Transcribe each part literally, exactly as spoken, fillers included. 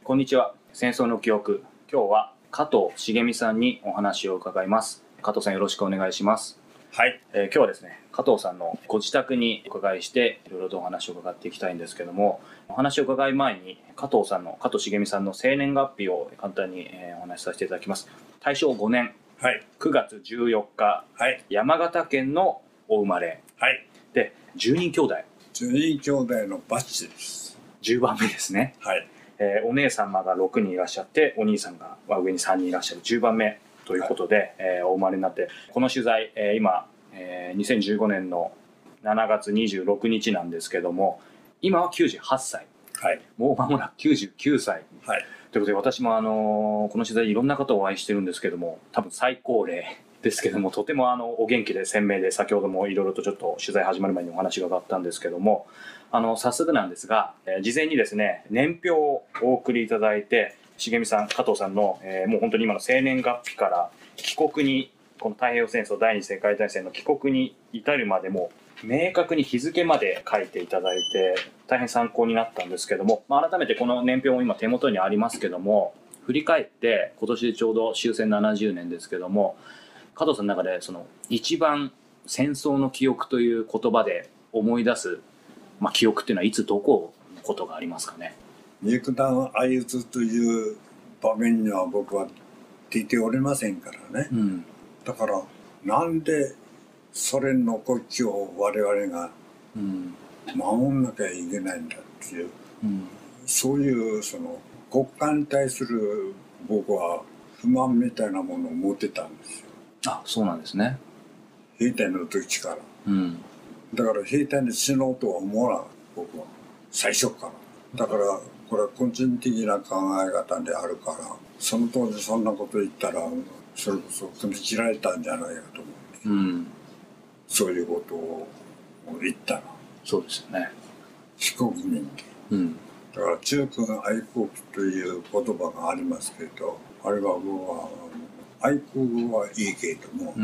こんにちは。戦争の記憶。今日は加藤茂美さんにお話を伺います。加藤さん、よろしくお願いします。 はい、 えー、今日はですね、加藤さんのご自宅にお伺いしていろいろとお話を伺っていきたいんですけども、お話を伺い前に加藤さんの加藤茂美さんの生年月日を簡単にお話しさせていただきます。大正ごねん、 はい、 くがつじゅうよっか、 はい、 山形県のお生まれ、 はい、 でじゅうにん兄弟、 じゅうにん兄弟のバッチです。 じゅうばんめですね。 はい、 えー、お姉様がろくにんいらっしゃって、お兄さんが上にさんにんいらっしゃるじゅうばんめということで、はい、えー、お生まれになって、この取材、えー、今、えー、にせんじゅうごねんのしちがつにじゅうろくにちなんですけども、今はきゅうじゅうはっさい、 はい、 もう間もなくきゅうじゅうきゅうさい、 はい、 ということで、私も、あのー、この取材いろんな方をお会いしてるんですけども、多分最高齢ですけども、とてもあのお元気で鮮明で、先ほどもいろいろとちょっと取材始まる前にお話があったんですけども、あの早速なんですが、えー、事前にですね、年表をお送りいただいて、茂美さん、加藤さんの、えー、もう本当に今の生年月日から帰国に、この太平洋戦争第二次世界大戦の帰国に至るまでも明確に日付まで書いていただいて、大変参考になったんですけども、まあ、改めてこの年表も今手元にありますけども、振り返って今年でちょうど終戦ななじゅうねんですけども、加藤さんの中でその一番戦争の記憶という言葉で思い出す、まあ、記憶っていうのはいつどこのことがありますかね。 肉弾相打つという場面には僕は出ておりませんからね、うん、だからなんでソ連の国旗を我々が守んなきゃいけないんだっていう、うん、そういうその国家に対する僕は不満みたいなものを持ってたんですよ。 あ、そうなんですね。 兵隊の時から、うん、だから兵隊に死のうとは思わなかった僕は最初から。だからこれは個人的な考え方であるから、その当時そんなこと言ったらそれこそ組み切られたんじゃないかと思うんです、うん、そういうことを言ったら。 そうですよね。 非国民権、うん、だから中国愛国という言葉がありますけど、あれは僕は愛国はいいけれども、うん、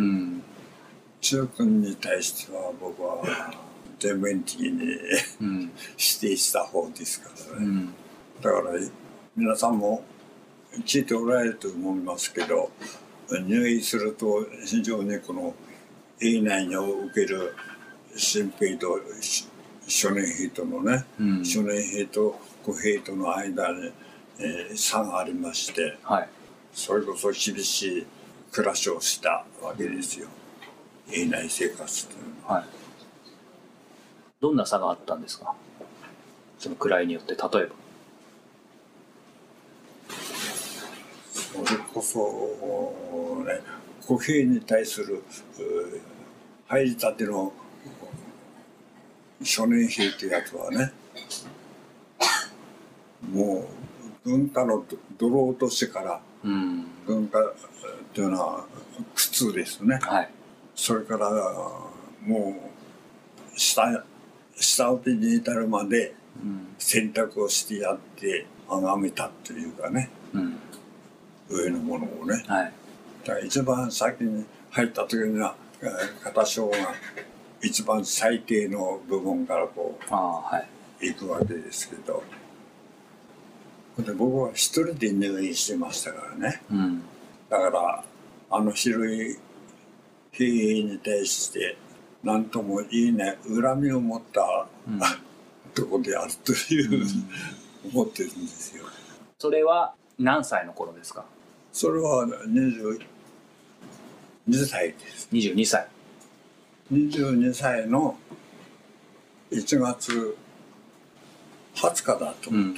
中国に対しては僕は全面的に、うん、否定した方ですからね、うん、だから皆さんも聞いておられると思いますけど、入院すると非常にこの営内における新兵と初年兵とのね、うん、初年兵と歩兵との間に、えー、差がありまして、はい、それこそ厳しい暮らしをしたわけですよ、営内生活というのは、はい、 どんな差があったんですか、その位によって。例えばそれこそね、歩兵に対する入りたての初年兵ってやつはね、もう文化の泥落としてから、うん、文化っていうのは苦痛ですね、はい、それからもう下下請けに至るまで選択をしてやって崇めたというかね、うん、上のものをね、はい、だから一番先に入った時には片章が一番最低の部分からこう、はい、行くわけですけど、で僕は一人で入院してましたからね、うん、だからあの広い兵に対して何とも言えない恨みを持った、うん、とこであるという、うん、思ってるんですよ。 それは何歳の頃ですか？ それはにじゅうにさいです。 にじゅうにさい。 にじゅうにさいのいちがつはつかだと思う、うん、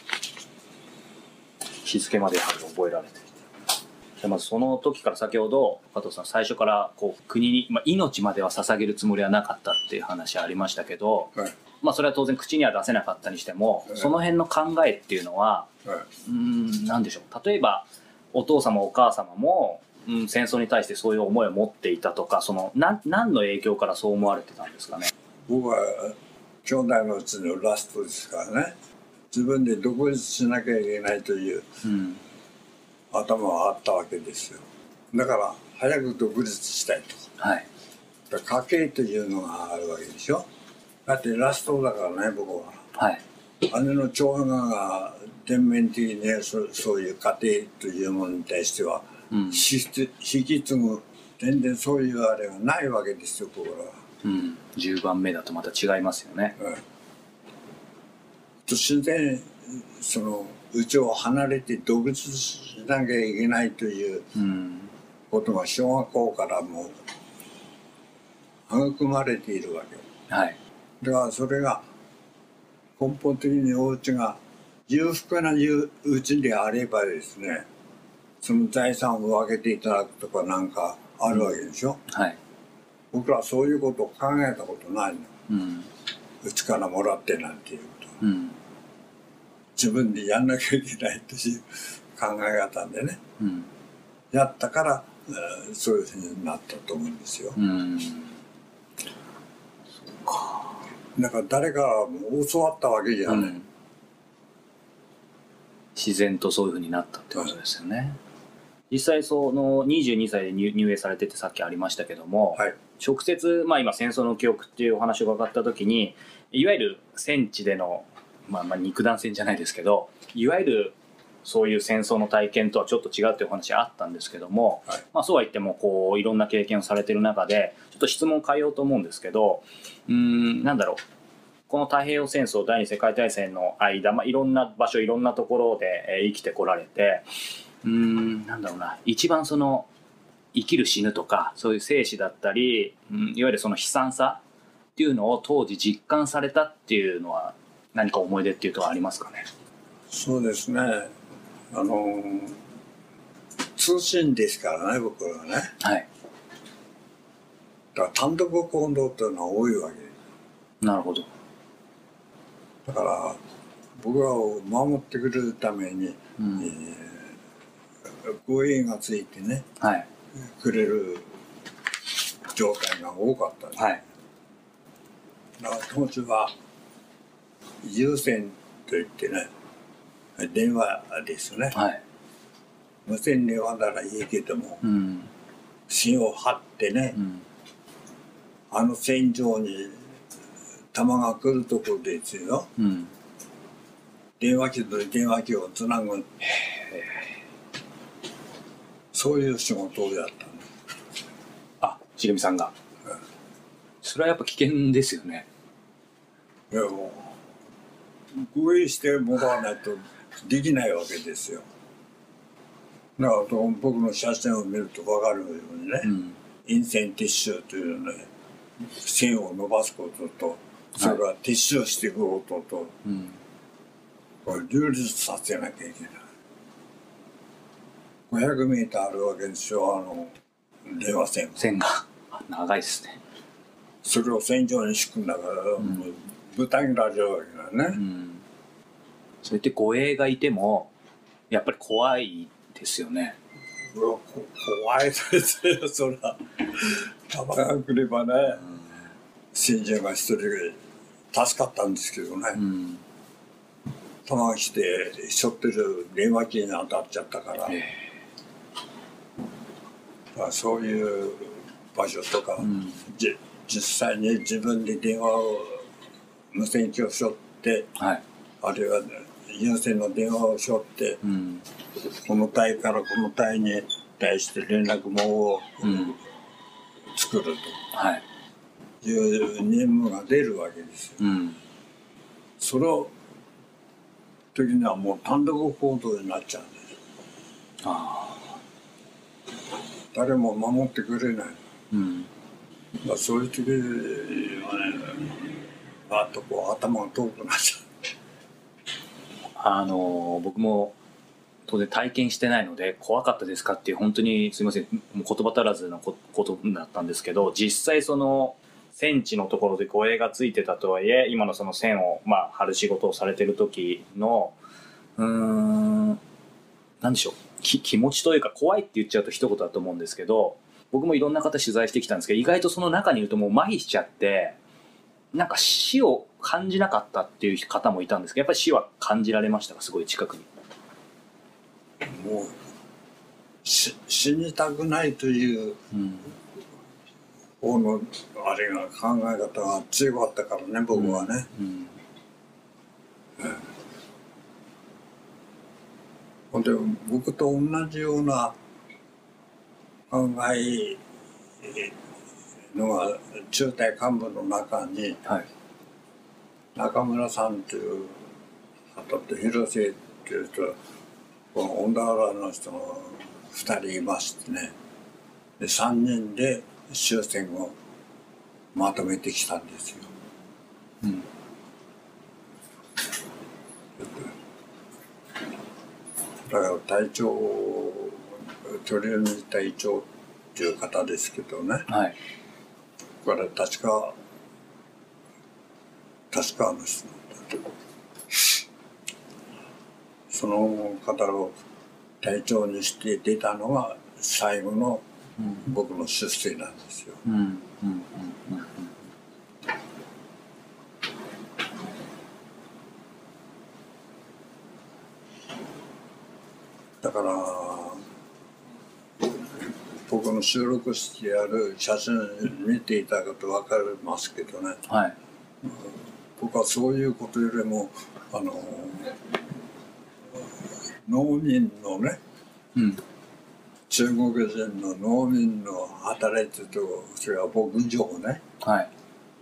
日付までやはり覚えられていて、でまずその時から先ほど加藤さん最初からこう国に、まあ、命までは捧げるつもりはなかったっていう話ありましたけど、はい、まあ、それは当然口には出せなかったにしても、はい、その辺の考えっていうのは、はい、うーん何でしょう、例えばお父様お母様も、うん、戦争に対してそういう思いを持っていたとか、そのな何の影響からそう思われてたんですかね。 僕は兄弟のうちのラストですからね、自分で独立しなきゃいけないという、うん、頭はあったわけですよ。だから早く独立したいと、はい、だから家系というのがあるわけでしょ。だってラストだからね僕は、はい、姉の長男が全面的に、ね、そ, そういう家庭というものに対しては、うん、引き継ぐ全然そういうあれがないわけですよ、ここらは。 うん、じゅうばんめだとまた違いますよね。うん、 と自然そのうちを離れて独立しなきゃいけないということが小学校からも育まれているわけ。はい、だからそれが根本的にお家が裕福なうちであればですね、その財産を分けていただくとかなんかあるわけでしょ。うん、はい、僕らはそういうことを考えたことないの。うん、うちからもらってなんていうこと、うん、自分でやんなきゃいけないという考え方でね、うん、やったから、えー、そういうふうになったと思うんですよ。うん、そうか。だから誰かも教わったわけじゃない、うん、 自然とそういうふうになったってことですよね。うん、実際そのにじゅうにさいで入営されててさっきありましたけども、はい、直接、まあ、今戦争の記憶っていうお話が伺った時にいわゆる戦地での、まあ、まあ肉弾戦じゃないですけどいわゆるそういう戦争の体験とはちょっと違うっていうお話あったんですけども、はい、まあ、そうは言ってもこういろんな経験をされてる中でちょっと質問を変えようと思うんですけど、うーんなんだろうこの太平洋戦争第二次世界大戦の間、まあ、いろんな場所いろんなところで生きてこられてうーんなんだろうな一番その生きる死ぬとかそういう生死だったり、うん、いわゆるその悲惨さっていうのを当時実感されたっていうのは何か思い出っていうとありますかね。 そうですね、あの通信ですからね僕らはね、はい、だから単独行動っていうのは多いわけ。 なるほど。 だから僕らを守ってくれるために、うんえー、護衛がついてね、はい、くれる状態が多かったんです、はい、だから当時は有線といってね電話ですね、はい、無線電話ならいいけども、うん、芯を張ってね、うん、あの戦場に弾が来るところですよ、うん、電話機と電話機をつなぐそういう仕事をやったの。 あ、しげみさんが、うん、それはやっぱ危険ですよね。 いやもう護衛してもらわないとできないわけですよ。だから僕の写真を見ると分かるようにね、うん、インセンティッシュというね線を伸ばすこととそれから撤収していくことと、はい、これ両立させなきゃいけない。ごひゃくメーターあるわけですよ、あの電話線線が長いですね。 それを線上に敷くんだから、うん、ぶた切られるわけだね、うん、 そうやって護衛がいてもやっぱり怖いですよね。 怖いですよそりゃ。弾が来ればね、うん、信者が一人助かったんですけどね、うん、弾が来て背負ってる電話機に当たっちゃったから、えー、まあ、そういう場所とか、うん、じ実際に自分で電話を無線機を背負って、はい、あるいは有線の電話を背負って、うん、この隊からこの隊に対して連絡網を、うん、作ると、はい、いう任務が出るわけですよ、うん、その時にはもう単独行動になっちゃうんです。あ誰も守ってくれない、うん、まあ、そういう時はねバッとこう頭が遠くなっちゃう。 あの僕も当然体験してないので怖かったですかっていう本当にすいませんもう言葉足らずのことだったんですけど、実際その戦地のところで護衛がついてたとはいえ今のその線をまあ張る仕事をされてる時のうーんなんでしょうき気持ちというか怖いって言っちゃうと一言だと思うんですけど、僕もいろんな方取材してきたんですけど意外とその中にいるともう麻痺しちゃってなんか死を感じなかったっていう方もいたんですけど、やっぱり死は感じられましたか？すごい近くに。 もう死にたくないという方のあれが考え方が強かったからね僕はね、うんうんほんで僕と同じような考えのが中隊幹部の中に、はい、中村さんという方と広瀬っていう人、この恩田原の人がふたりいましてね、でさんにんで終戦をまとめてきたんですよ。うん、だから隊長鳥海隊長っていう方ですけどね、はい、これ確か確かあの人なんだその方を隊長にして出たのが最後の僕の出世なんですよ。うんうんうんうん、だから僕の収録してある写真見ていただくと分かりますけどね、はい、僕はそういうことよりもあの農民のね、うん、中国人の農民の働いてるとそれは牧場ね、はい、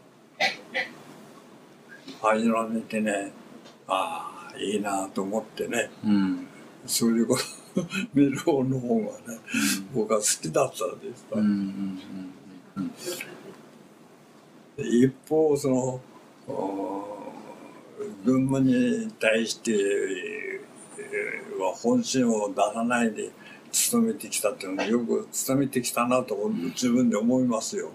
ああいうのを見てね、ああいいなと思ってね、うん、そういうこと見る方の方がね、うん、僕は好きだったんですから、うんうんうんうん、一方その軍務に対しては本心を出さないで勤めてきたっていうのはよく勤めてきたなと自分で思いますよ。うん、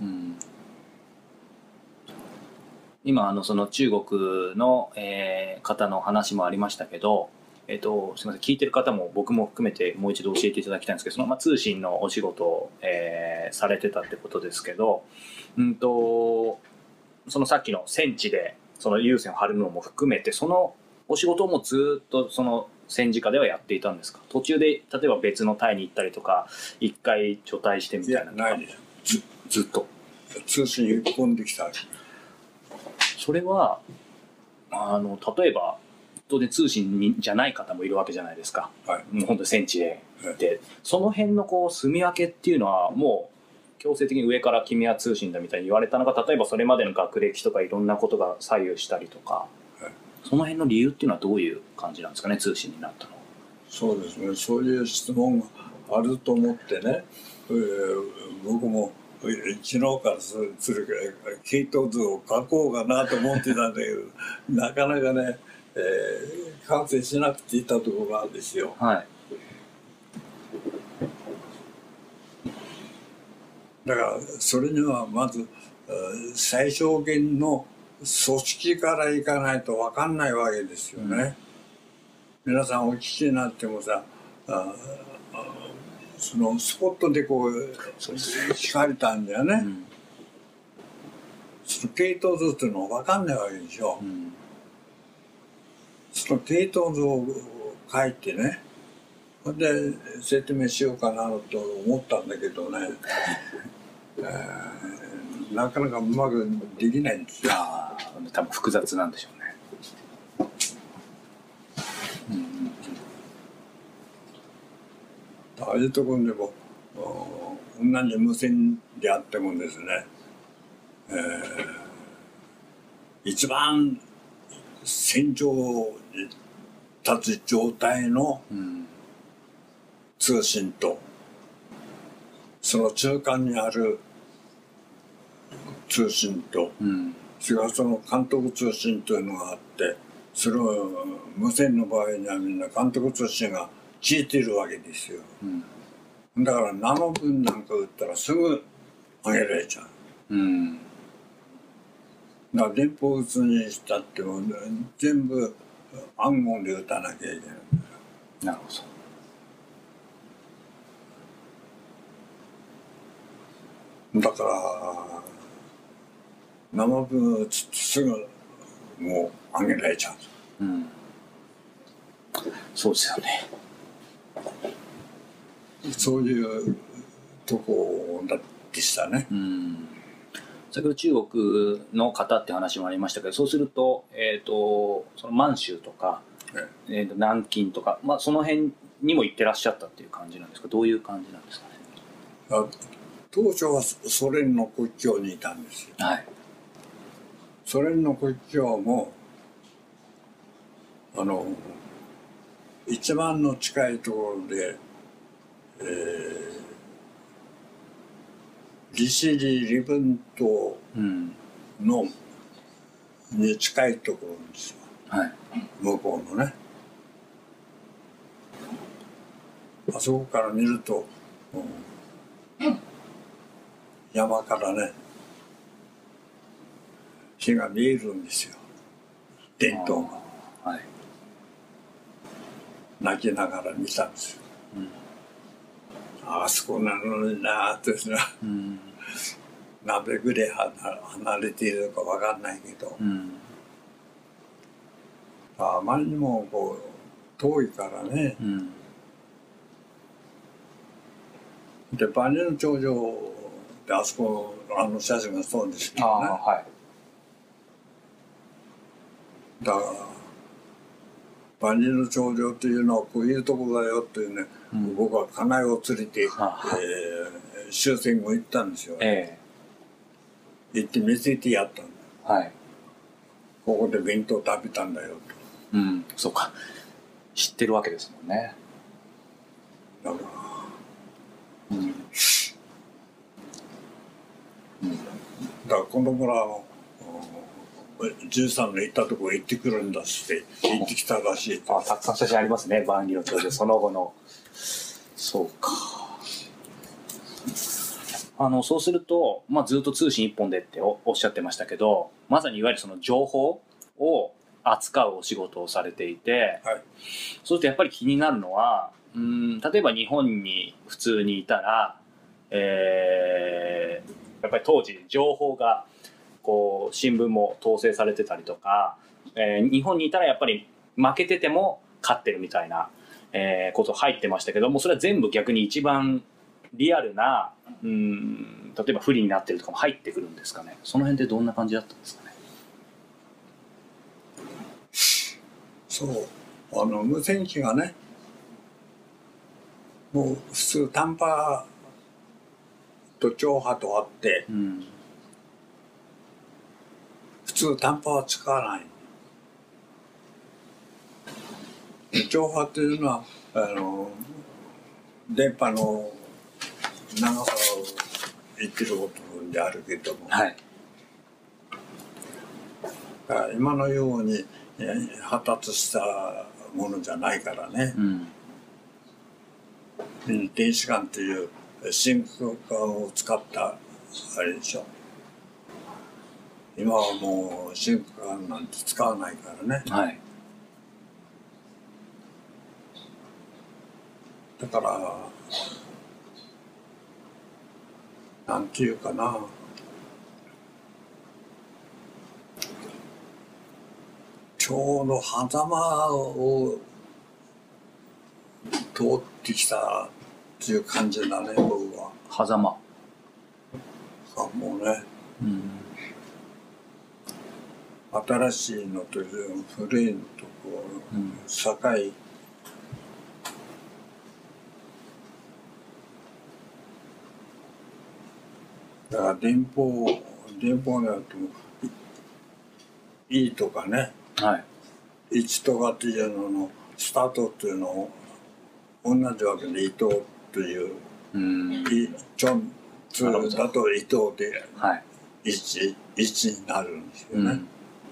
今あのその中国の、えー、方の話もありましたけど、えっと、すみません聞いてる方も僕も含めてもう一度教えていただきたいんですけど、その、まあ、通信のお仕事を、えー、されてたってことですけど、うんとそのさっきの戦地でその有線を張るのも含めてそのお仕事もずっとその戦時下ではやっていたんですか？途中で例えば別の隊に行ったりとか一回除隊してみたいな。いやないです。 ず, ずっと通信に込んできた。 それはあの例えば当然通信にじゃない方もいるわけじゃないですか、はい、もう本当に戦地で、はい、でその辺のこう住み分けっていうのはもう強制的に上から君は通信だみたいに言われたのが例えばそれまでの学歴とかいろんなことが左右したりとか、はい、その辺の理由っていうのはどういう感じなんですかね、通信になったの。 そうですね、そういう質問があると思ってね、えー、僕も昨日からする系統図を書こうかなと思ってたんだけどなかなかね、えー、完成しなくていたところがあるんですよ。はい、だからそれにはまず最小限の組織からいかないと分かんないわけですよね。うん、皆さんお聞きになってもさあそのスポットでこう聞かれたんだよね。うん、その系統図っていうのは分かんないわけでしょ。うん、その系統図を書いてね、で説明しようかなと思ったんだけどね、えー、なかなかうまくできないんですよ。 あ多分複雑なんでしょうね。 ああいうところでも同じ無線であってもですね、えー、一番戦場に立つ状態の通信と、その中間にある通信と、うん、それからその監督通信というのがあって、それを無線の場合にはみんな監督通信が聞いてるわけですよ。うん、だから生分なんか打ったらすぐ上げられちゃう。うん、だから電報打つにしたっても全部暗号で打たなきゃいけない。 なるほど。だから生分打つとすぐもう上げられちゃう。うん、 そうですよね。 そういうとこでしたね。うん、 先ほど中国の方って話もありましたけど、そうすると、えーと、その満州とか、えーと南京とか、まあ、その辺にも行ってらっしゃったっていう感じなんですか？どういう感じなんですかね？ あ、当初はソ連の国境にいたんですよ。 はい。 ソ連の国境もあの一番の近いところで、えー、利尻礼文島の、うん、に近いところですよ、 はい、 向こうのね。あそこから見ると、うん、山からね火が見えるんですよ、伝統が。 はい、 泣きながら見たんですよ、うん、あそこなのになーって、うん、何べぐらい離れているのか分かんないけど、うん、あまりにもこう遠いからね、うん、で万里の長城であそこあの写真がそうですけどね、はい、だから万里の長城というのはこういうとこだよっていうね、うん、僕は家内を連れて、えー、終戦後行ったんですよ、えー、行って見せてやったんだ、はい、ここで弁当食べたんだよと、うん、そうか、知ってるわけですもんね。 だから、うんうん、だからこの村のじゅうさんの行ったところ行ってくるんだって行ってきたらしい。 あ、たくさん写真ありますね、万里の長城、その後の。そうか。あのそうすると、まあ、ずっと通信一本でっておっしゃってましたけど、まさにいわゆるその情報を扱うお仕事をされていて、はい、そうするとやっぱり気になるのは、うん、例えば日本に普通にいたら、えー、やっぱり当時情報がこう新聞も統制されてたりとか、えー、日本にいたらやっぱり負けてても勝ってるみたいな、えー、こと入ってましたけども、それは全部逆に一番リアルな、うん、例えば不利になってるとかも入ってくるんですかね。その辺ってどんな感じだったんですかね。 そう、あの無線機がね、もう普通短波と長波とあって、うん、普通短波は使わない。長波というのはあの電波の長さを言ってることであるけども、はい、今のように発達したものじゃないからね、うん、電子管という真空管を使ったあれでしょ。今はもう真空管なんて使わないからね、はい、だからなんていうかな、ちょうど狭間を通ってきたっていう感じだね、僕は。 狭間。 あ、もうね、うん、新しいのと古いのとこう、うん、境。だから電報電報になるといいとかね、はい、いちとかっていうののスタートっていうのを同じわけで伊藤という、うん、チョンツーだと伊藤でいち、いちになるんですよね、うん、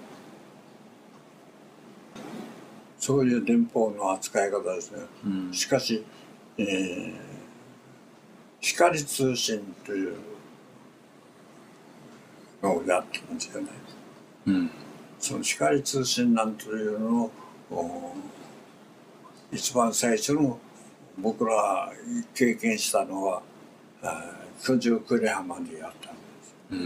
そういう電報の扱い方ですね、うん、しかし、えー、光通信というのをやってるんですよね、うん、その光通信なんていうのを一番最初の僕ら経験したのは九十九里浜でやったんです。うん、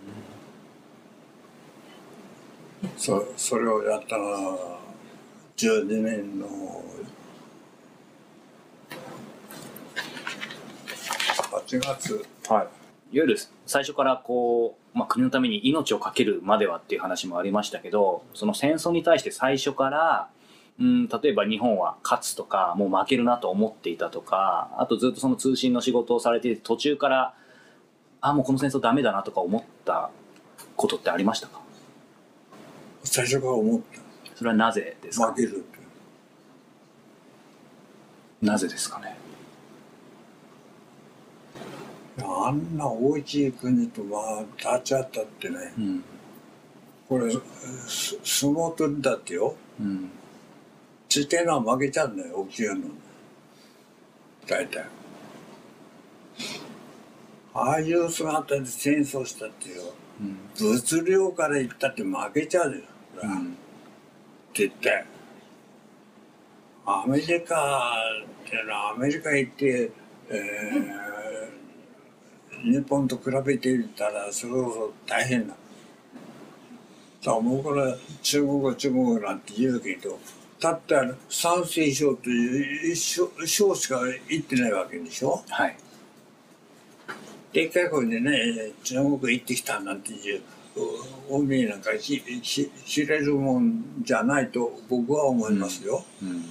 そ, それをやったのはじゅうにねんのはちがつ、 はい、いわゆる最初からこう、まあ、国のために命を懸けるまではっていう話もありましたけど、その戦争に対して最初からうん、例えば日本は勝つとかもう負けるなと思っていたとか、あとずっとその通信の仕事をされていて途中からあもうこの戦争ダメだなとか思ったことってありましたか？ 最初から思った。 それはなぜですか？ 負けるって。 なぜですかね？ あんな大きい国とまあ立ち会ったってね、うん、これ相撲取りだってよ、うん、ちっちゃいのは負けちゃうんだよ、大きいの大体。ああいう姿で戦争したってよ、うん、物量から言ったって負けちゃうよ、うん、絶対。アメリカっていうのはアメリカ行って、えー、日本と比べてみたらそれこそ大変だ。だからもうこれ中国中国なんて言うけど、たった山西省という省しか行ってないわけでしょ。はい。でっかい声でね、中国行ってきたなんていうおめえなんか知れるもんじゃないと僕は思いますよ。うんうん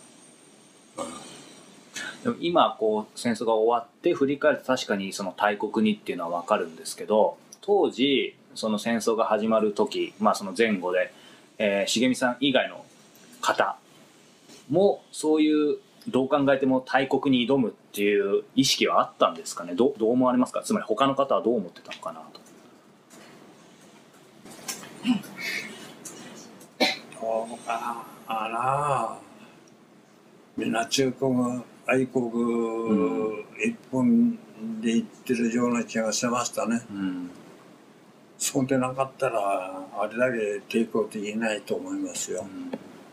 でも今こう戦争が終わって振り返ると確かにその大国にっていうのは分かるんですけど、当時その戦争が始まる時、まあ、その前後で、えー、茂美さん以外の方もそういうどう考えても大国に挑むっていう意識はあったんですかね。 ど, どう思われますか？つまり他の方はどう思ってたのかなと。 どうかな、みんな中国愛国一本で言ってるような気がしましたね、うん、そうでなかったらあれだけ抵抗できないと思いますよ、うん、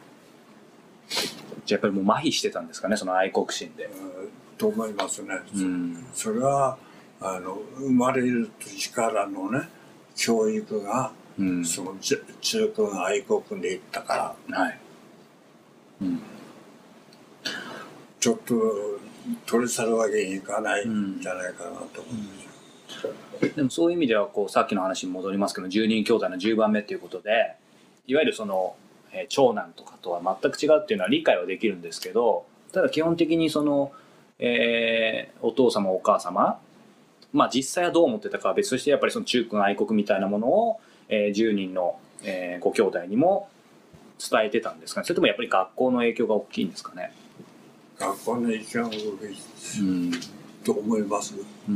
じゃあやっぱりもう麻痺してたんですかね、その愛国心で、うん、 と思いますね、うん、それはあの生まれる時からのね教育が、うん、その中国愛国でいったから、はい、うん、ちょっと取り去るわけにいかないんじゃないかなと思うんですよ、 うんうん、でもそういう意味ではこうさっきの話に戻りますけど、じゅうにん兄弟のじゅうばんめということで、いわゆるその、えー、長男とかとは全く違うっていうのは理解はできるんですけど、ただ基本的にその、えー、お父様お母様、まあ実際はどう思ってたかは別として、やっぱりその中国愛国みたいなものを、えー、じゅうにんの、えー、ご兄弟にも伝えてたんですかね。それともやっぱり学校の影響が大きいんですかね。 学校の影響が大きい、うん、と思います、うん、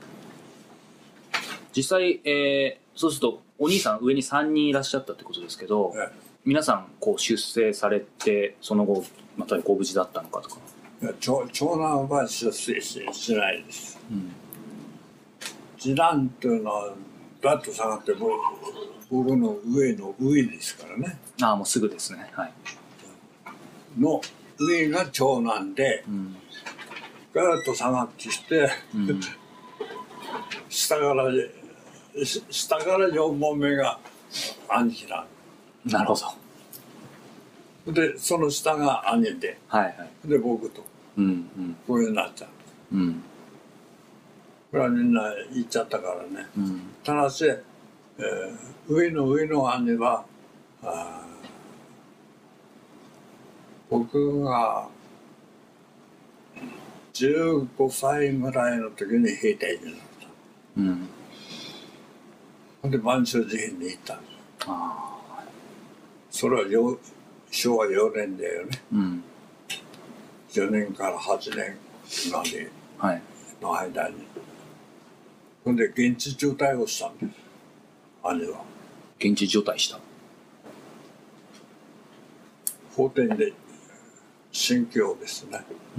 実際、えー、そうするとお兄さん上にさんにんいらっしゃったってことですけど、はい、皆さんこう出世されてその後またご無事だったのかとか。 いや 長, 長男は出世 し, しないです、うん、次男というのはだっと下がって僕の上の上ですからね。 ああもうすぐですね、はい、 の上が長男で、うん、ガーッと下がってきて、うん、下から下からよんぼんめが兄貴なんなるほど。でその下が兄で、はいはい、で僕と、うんうん、こういうになっちゃう、うん、これはみんな言っちゃったからね、うん、ただし、えー、上の上の兄はあ僕がじゅうごさいぐらいの時に兵隊になった。うん。ほんで満州事変に行ったんです。ああ。それはしょうわよねんだよね。うん。じゅうねんからはちねんまでの間に。はい、ほんで現地中退をしたんです。兄は。 現地除隊した。 法典で新教ですね。うん。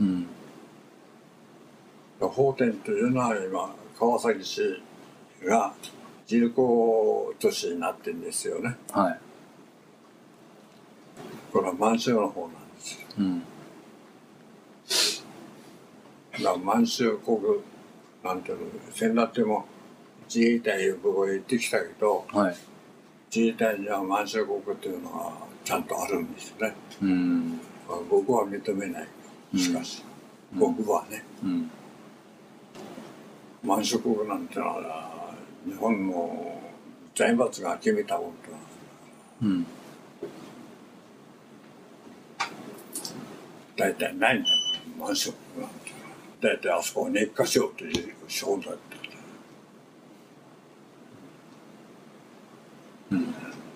法典というのは今川崎市が人口都市になってるんですよね。はい。これは満州の方なんですよ。うん。だから満州国なんていうの先だっても自衛隊僕は行ってきたけど、はい、自衛隊には満州国っていうのがちゃんとあるんですね。うん。僕は認めない。しかし、うん、僕はね。うん満州国なんてのは日本の財閥が決めたことなんだ、うん、 大体ないんだからマンションなんて大体あそこは熱火症という症だって、 うん、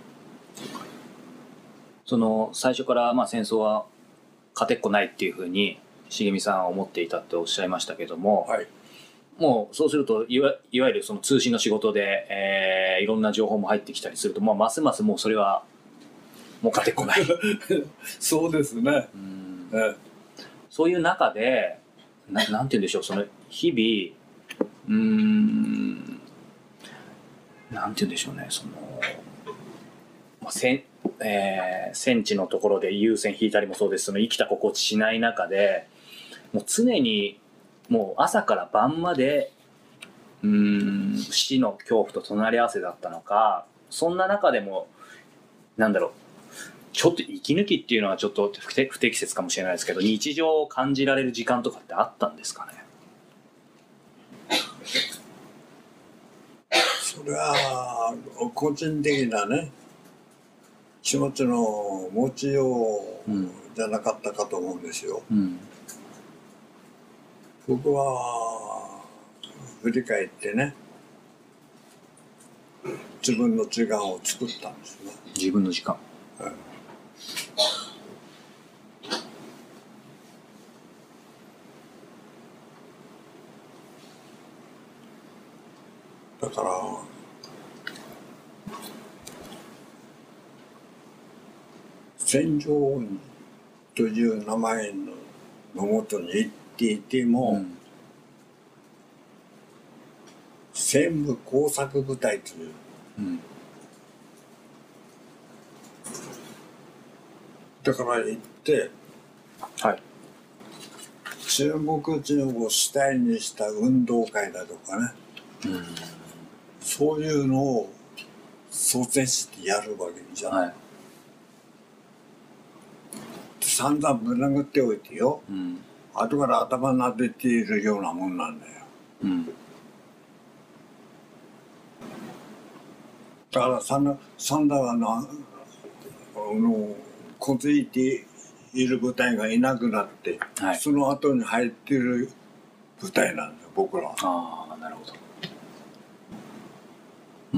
その最初からまあ戦争は勝てっこないっていうふうに茂美さんは思っていたっておっしゃいましたけども、 はい、 もうそうするといわ、いわゆるその通信の仕事で、えー、いろんな情報も入ってきたりすると、まあ、ますますもうそれはもう勝てっこないそうですね、 うん、 ええ、 そういう中で な, なんて言うんでしょう、その日々うーんなんて言うんでしょうね、その、まあせんえー、戦地のところで優先引いたりもそうです。その生きた心地しない中でもう常にもう朝から晩までうーん死の恐怖と隣り合わせだったのか、そんな中でもなんだろう、ちょっと息抜きっていうのはちょっと不適切かもしれないですけど、日常を感じられる時間とかってあったんですかね。 それは個人的なね気持ちの持ちようじゃなかったかと思うんですよ、うん、僕は振り返ってね自分の時間を作ったんですね。 自分の時間、うん、 だから戦場という名前のもとに行っていても、うん、戦部工作部隊という、うん、だから行って、はい、中国人を主体にした運動会だとかね、うん、そういうのを想定してやるわけじゃない、はい、散々ぶん殴っておいてよ、うん、後から頭撫でているようなもんなんだよ、うん、だから散々あのあのこづいている部隊がいなくなって、はい、その後に入っている部隊なんだよ僕らは。 ああ、なるほど、うん、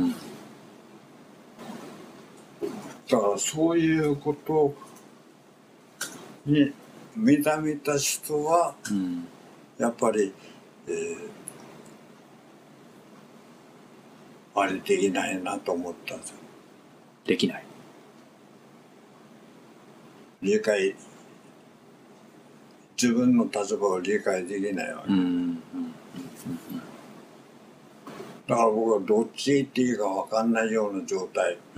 だからそういうことに目覚めた人は、うん、やっぱり、えー、あれできないなと思ったんですよ。 できない。 理解、自分の立場を理解できないわけ。うんうんうんうん、だから僕はどっちへ行っていいか分かんないような状態。うん、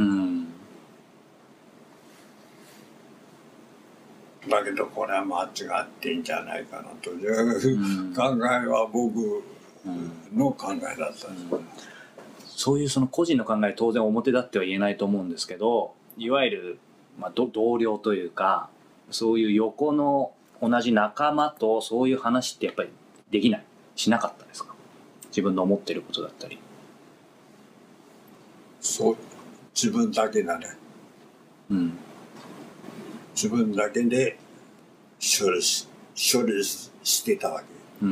だけどこれは間違ってんじゃないかなという考えは僕の考えだったんです、うんうん、 そういうその個人の考え当然表立っては言えないと思うんですけど、いわゆる、まあ、同僚というかそういう横の同じ仲間とそういう話ってやっぱりできないしなかったですか？自分の思ってることだったり。 そう自分だけだね、うん、自分だけで処理し、処理してたわけ、うん、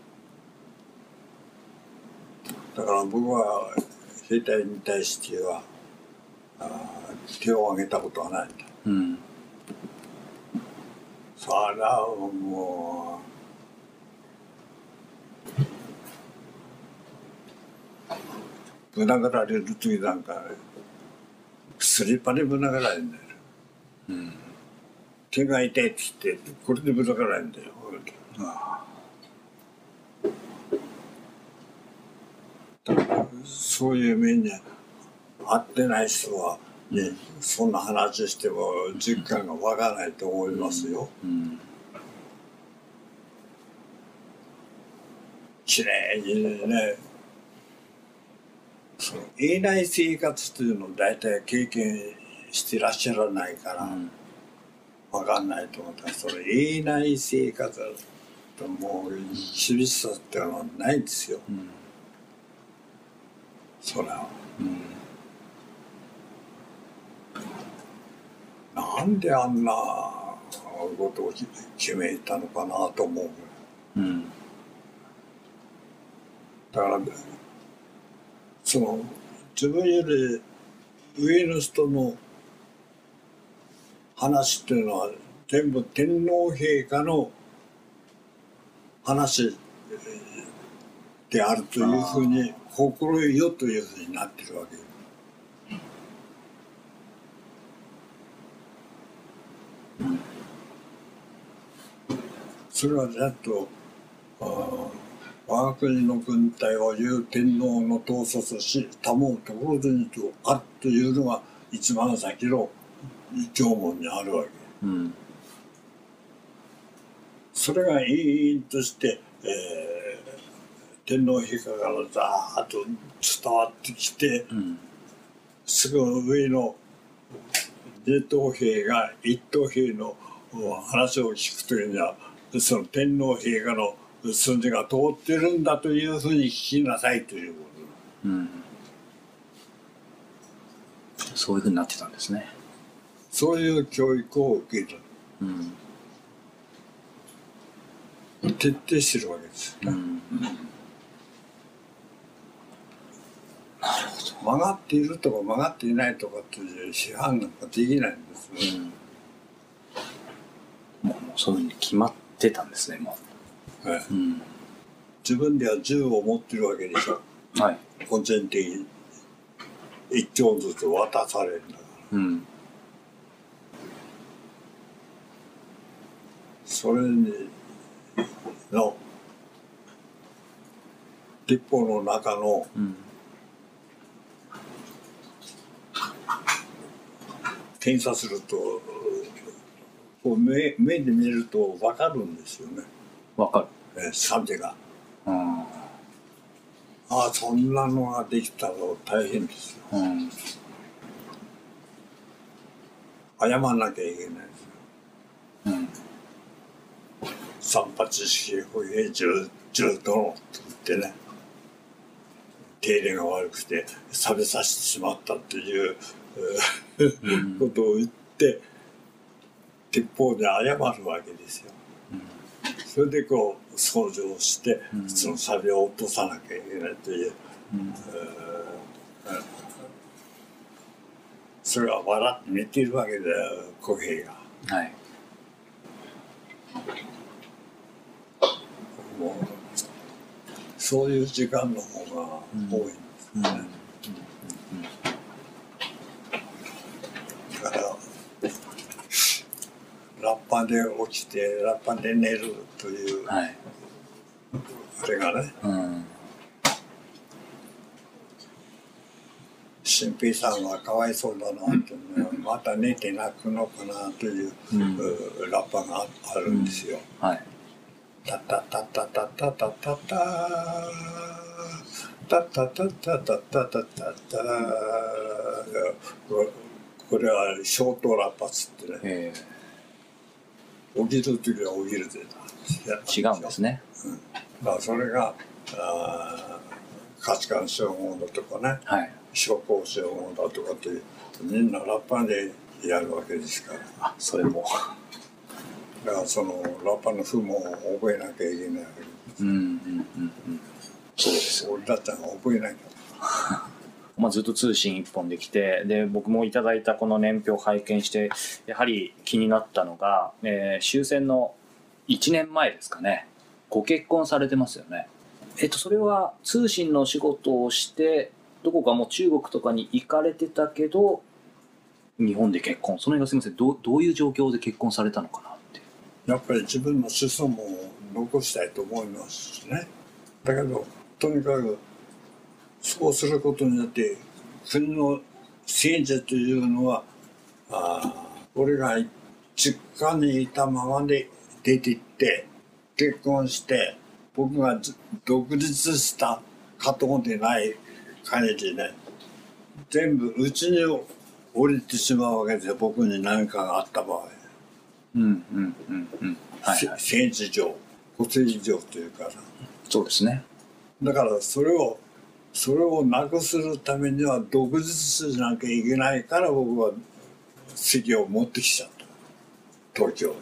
だから僕は兵隊に対してはあ手を挙げたことはないんだ、うん、それはもうぶん殴られる時なんかスリッパでぶん殴られるんだよ、うん、手が痛いって言ってこれでぶん殴られるんだよ、ああ、だからそういう目に合ってない人は、ね、そんな話しても実感が湧かないと思いますよ、うんうん、きれいにね、その営内生活というのを大体経験してらっしゃらないから分かんないと思ったら、その営内生活ともう厳しさっていうのはないんですよ、うん、それは、うん、なんであんないうことを決めたのかなと思う、うん、だからその自分より上の人の話っていうのは全部天皇陛下の話であるというふうに心得よというふうになってるわけよ。それはちゃんと我が国の軍隊をいう天皇の統率し保うところにとあるというのが一番先の条文にあるわけ、うん、それが委員として、えー、天皇陛下からザーッと伝わってきて、うん、すぐ上の二等兵が一等兵の話を聞くというにはその天皇陛下の筋が通ってるんだというふうに聞きなさいということ、うん、 そういうふうになってたんですね。 そういう教育を受ける、うん、徹底してるわけですよね、うん、なるほど。曲がっているとか曲がっていないとかという批判なんかできないんですね、 うん、もうそういうふうに決まってたんですねもう、 はい、うん、自分では銃を持ってるわけでしょ、はい、個人的に一丁ずつ渡されるんだから、うん、それにの立法の中の、うん、検査するとこう 目, 目で見ると分かるんですよね。 分かる、 えサビが、うん、ああそんなのができたら大変ですよ、うん、謝らなきゃいけないですよ、うん、三八式歩兵銃銃殿って言ってね手入れが悪くて錆びさせてしまったっていう、うん、ことを言って鉄砲で謝るわけですよ、うん、それでこう掃除をして、うん、その錆を落とさなきゃいけないという、うん、それは笑って寝ているわけだよ小平が、はい、もうそういう時間の方が多いんですね、うんうんうん、だからラッパで起きてラッパで寝るという、はい、あれがね、うん、新平さんはかわいそうだなって、ね、また寝て泣くのかなという、うん、ラッパがあるんですよ、うん、はい、タタタタタタタタタタタタタタタタタタこれはショートラッパつってね、起きるときは起きるで違うんですね、 うん、だからそれがあ価値観消耗だとかね、はい、商工消耗だとかってみんなラッパでやるわけですから、 あそれもだからそのラッパの譜も覚えなきゃいけないわけです、うんうんうんうん、そうですよ、俺だったら覚えなきゃまあずっと通信一本できて、で僕もいただいたこの年表を拝見してやはり気になったのが、えー、終戦のいちねんまえですかね、ご結婚されてますよね。えっとそれは通信の仕事をしてどこかもう中国とかに行かれてたけど日本で結婚、その辺がすみません ど, どういう状況で結婚されたのかなって。 やっぱり自分の子孫も残したいと思いますしね。だけどとにかくそうすることによって国の政治というのはあ俺が実家にいたままで出て行って結婚して僕が独立したかと思ってない限りね全部うちに降りてしまうわけですよ、僕に何かがあった場合、うんうんうんうんはいはい、政治上国政上というかな、 そうですね。 だからそれをそれをなくするためには独立しなきゃいけないから僕は籍を持ってきちゃった東京へ。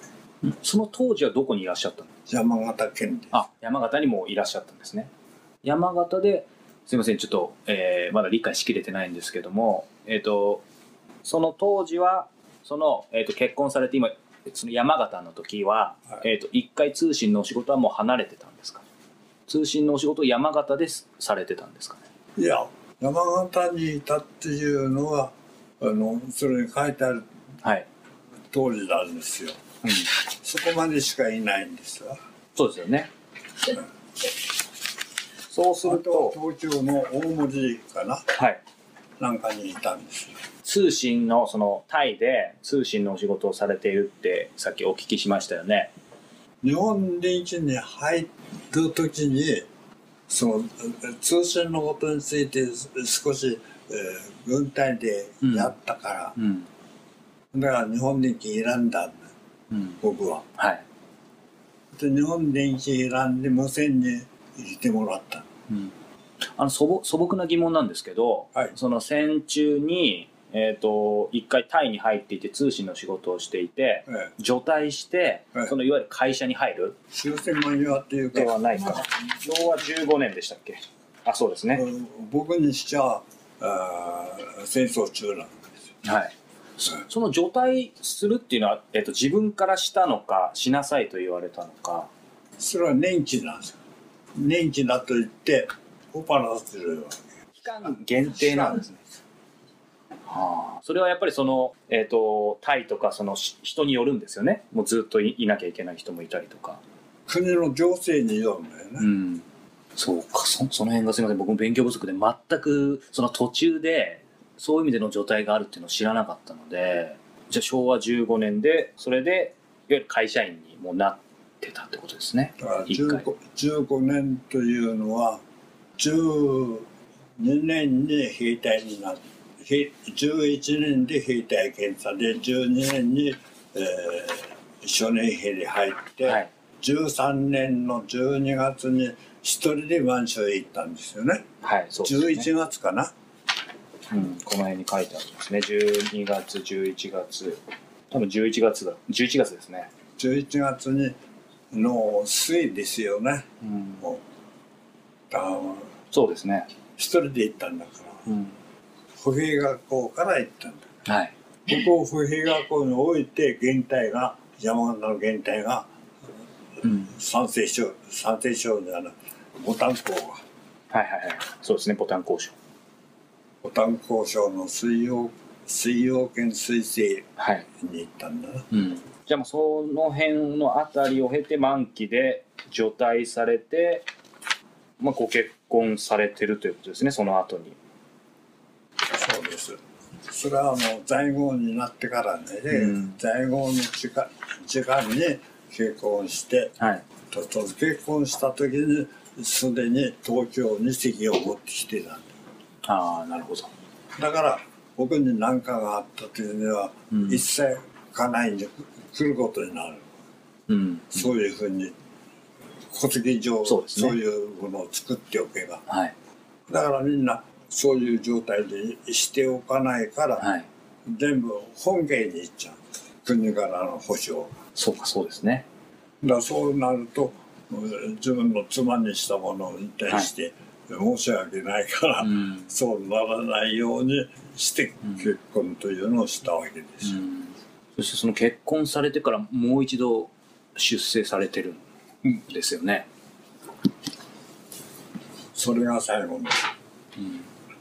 その当時はどこにいらっしゃったの？ 山形県です。 あ、山形にもいらっしゃったんですね。山形で、すいません、ちょっと、えーまだ理解しきれてないんですけども、えっと、その当時は、その、えっと、結婚されて今、その山形の時は、はい、えっと、一回通信のお仕事はもう離れてたんですか？通信のお仕事を山形でされてたんですかね？ いや、山形にいたっていうのは、あの、それに書いてある通りなんですよ。はい、うん、そこまでしかいないんですわ。 そうですよね。うん、そうすると、 あと東京の大森かな、 はい、 なんかにいたんですよ。 通信のそのタイで通信のお仕事をされているってさっきお聞きしましたよね。 日本電機に入る時にその通信のことについて少し、えー、軍隊でやったから、うんうん、だから日本電機選んだんだ、うん、僕は。はい。で日本電機選んで無線に入れてもらった。 うん、あの素朴、素朴な疑問なんですけど、はい、その戦中にえー、と一回タイに入っていて通信の仕事をしていて、ええ、除隊して、ええ、そのいわゆる会社に入る終戦間際っていうかではないかな。昭和じゅうごねんでしたっけ？あ、そうですね。 僕にしちゃあ戦争中なんですよ。はい。 その除隊するっていうのは、えー、と自分からしたのかしなさいと言われたのか。 それは年金なんですよ。年金だと言ってオパラするわけ。 期間限定なんですね。はあ、それはやっぱりその、えーと、タイとかその人によるんですよね。もうずっと い, いなきゃいけない人もいたりとか。 国の情勢によるんだよね。うん、 そうか、そ, その辺がすみません、僕も勉強不足で全くその途中でそういう意味での除隊があるっていうのを知らなかったので、じゃあ昭和じゅうごねんでそれでいわゆる会社員にもなってたってことですね。 だからじゅうごねんというのはじゅうにねんに兵隊になって。じゅういちねんで兵隊検査でじゅうにねんに、えー、少年兵に入って、はい、じゅうさんねんのじゅうにがつに一人で満州へ行ったんですよね。はい、そうですね。じゅういちがつかな、 うん、この辺に書いてありますね。じゅうにがつじゅういちがつ、多分じゅういちがつだじゅういちがつですね。 じゅういちがつにの末ですよね、うん、もうだそうですね。 一人で行ったんだから、うん、歩兵学校から行ったんだ。はい。ここを歩兵学校に置いて現隊が山形の現隊が、うん、三世省三世省じゃないボタン校が。はいはいはい。そうですね、ボタン交渉。 ボタン交渉の水曜水曜県水星に行ったんだな。はい、うん。 じゃあもうその辺のあたりを経て満期で除隊されて、まあご結婚されてるということですね、その後に。 そうです。それはもう在郷になってからね、うん、在郷の時間、時間に結婚して、はい、とと結婚した時にすでに東京に籍を持ってきてたんだ。 ああ、なるほど。 だから僕に何かがあった時には、うん、一切家内に来ることになる。うん、そういうふうに戸籍上そうですね、そういうものを作っておけば。はい、だからみんなそういう状態でしておかないから、はい、全部本家に行っちゃう。国からの保証が。 そうか、そうですね。 だからそうなると自分の妻にしたものに対して申し訳ないから、はい、そうならないようにして結婚というのをしたわけですよ。うんうん、 そしてその結婚されてからもう一度出征されてるんですよね。 うん、それが最後の。うん、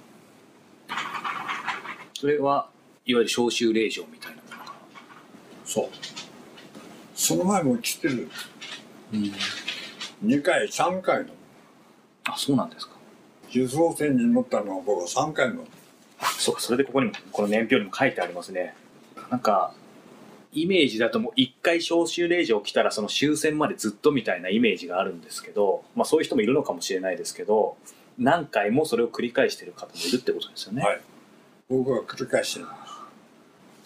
それはいわゆる召集令状みたいなものが。 そう。その前も来てる。うん、にかいさんかいの。 あ、そうなんですか。 輸送船に乗ったのは僕はさんかいの。 あ、そうか。それでここにもこの年表にも書いてありますね。なんかイメージだともういっかい召集令状来たらその終戦までずっとみたいなイメージがあるんですけど、まあそういう人もいるのかもしれないですけど、何回もそれを繰り返している方もいるってことですよね。はい。 僕は繰り返してるんです。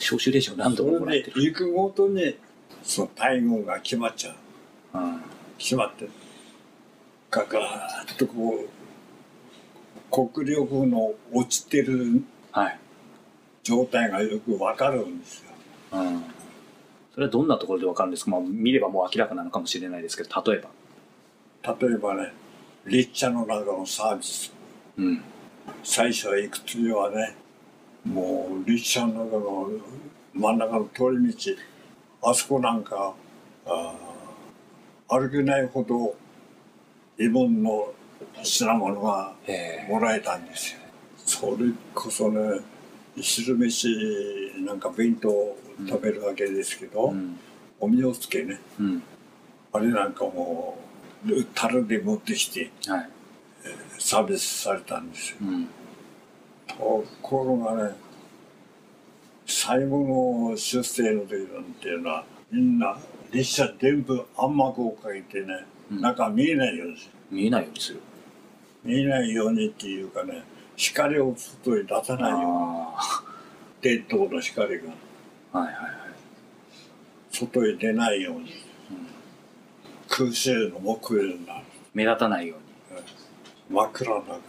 召集令状何度ももらってる。 それで行くごとにその待遇が決まっちゃう。うん、決まってる。ガガーッとこう国力の落ちてる状態がよくわかるんですよ。はい、うん、 それはどんなところでわかるんですか？まあ、見ればもう明らかなのかもしれないですけど、例えば例えばね、列車の中のサービス、うん、最初は行く次はね、もう列車の中の真ん中の通り道、あそこなんかあ歩けないほどいろんな品物がもらえたんですよ。それこそね、昼飯なんか弁当食べるわけですけど、うん、おみおつけね、うん、あれなんかもう樽で持ってきて、はい、えー、サービスされたんですよ。うん、ところがね、最後の出征の時なんていうのはみんな列車全部暗幕をかけてね、うん、中見えないようにする。 見えないようにする。 見えないようにっていうかね、光を外に出さないように。電灯の光が、はいはいはい、外へ出ないように、うん、空襲の木曜になる。 目立たないように、 うん、真っ暗な中に。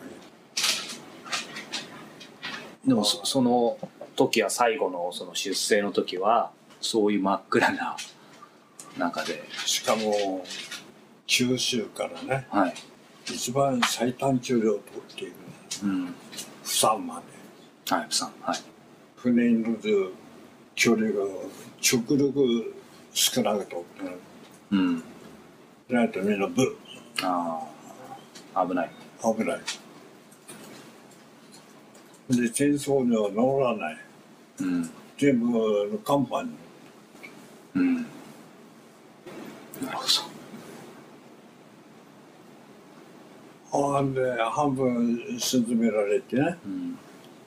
でも そ, その時は最後のその出征の時はそういう真っ暗な中で、 しかも九州からね、はい、一番最短距離を取っている、うん、釜山まで、はい、釜山、はい、 船に乗る距離が極力少なくとって、うん、ないとみんなブッ、 ああ、危ない、 危ない。で戦争には乗らない、うん、全部甲板に、うん、 なるほど。あで半分沈められてね、うん、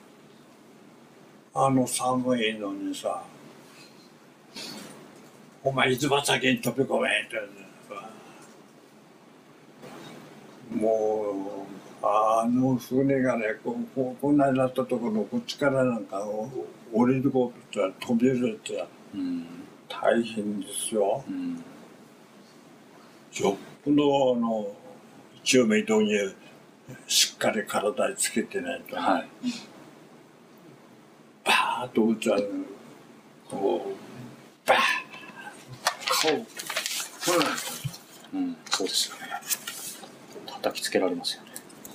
あの寒いのにさ、お前いつば先に飛び込めってもうあの船がね、こここんなになったところこっちからなんか降りることって飛びるって、うん、大変ですよ、うん、よっぽどの救命胴にしっかり体につけてないと、ね、はい、バーッと打つあのこうバーッ顔これなんですよ、 うん、そうですよね。叩きつけられますよね。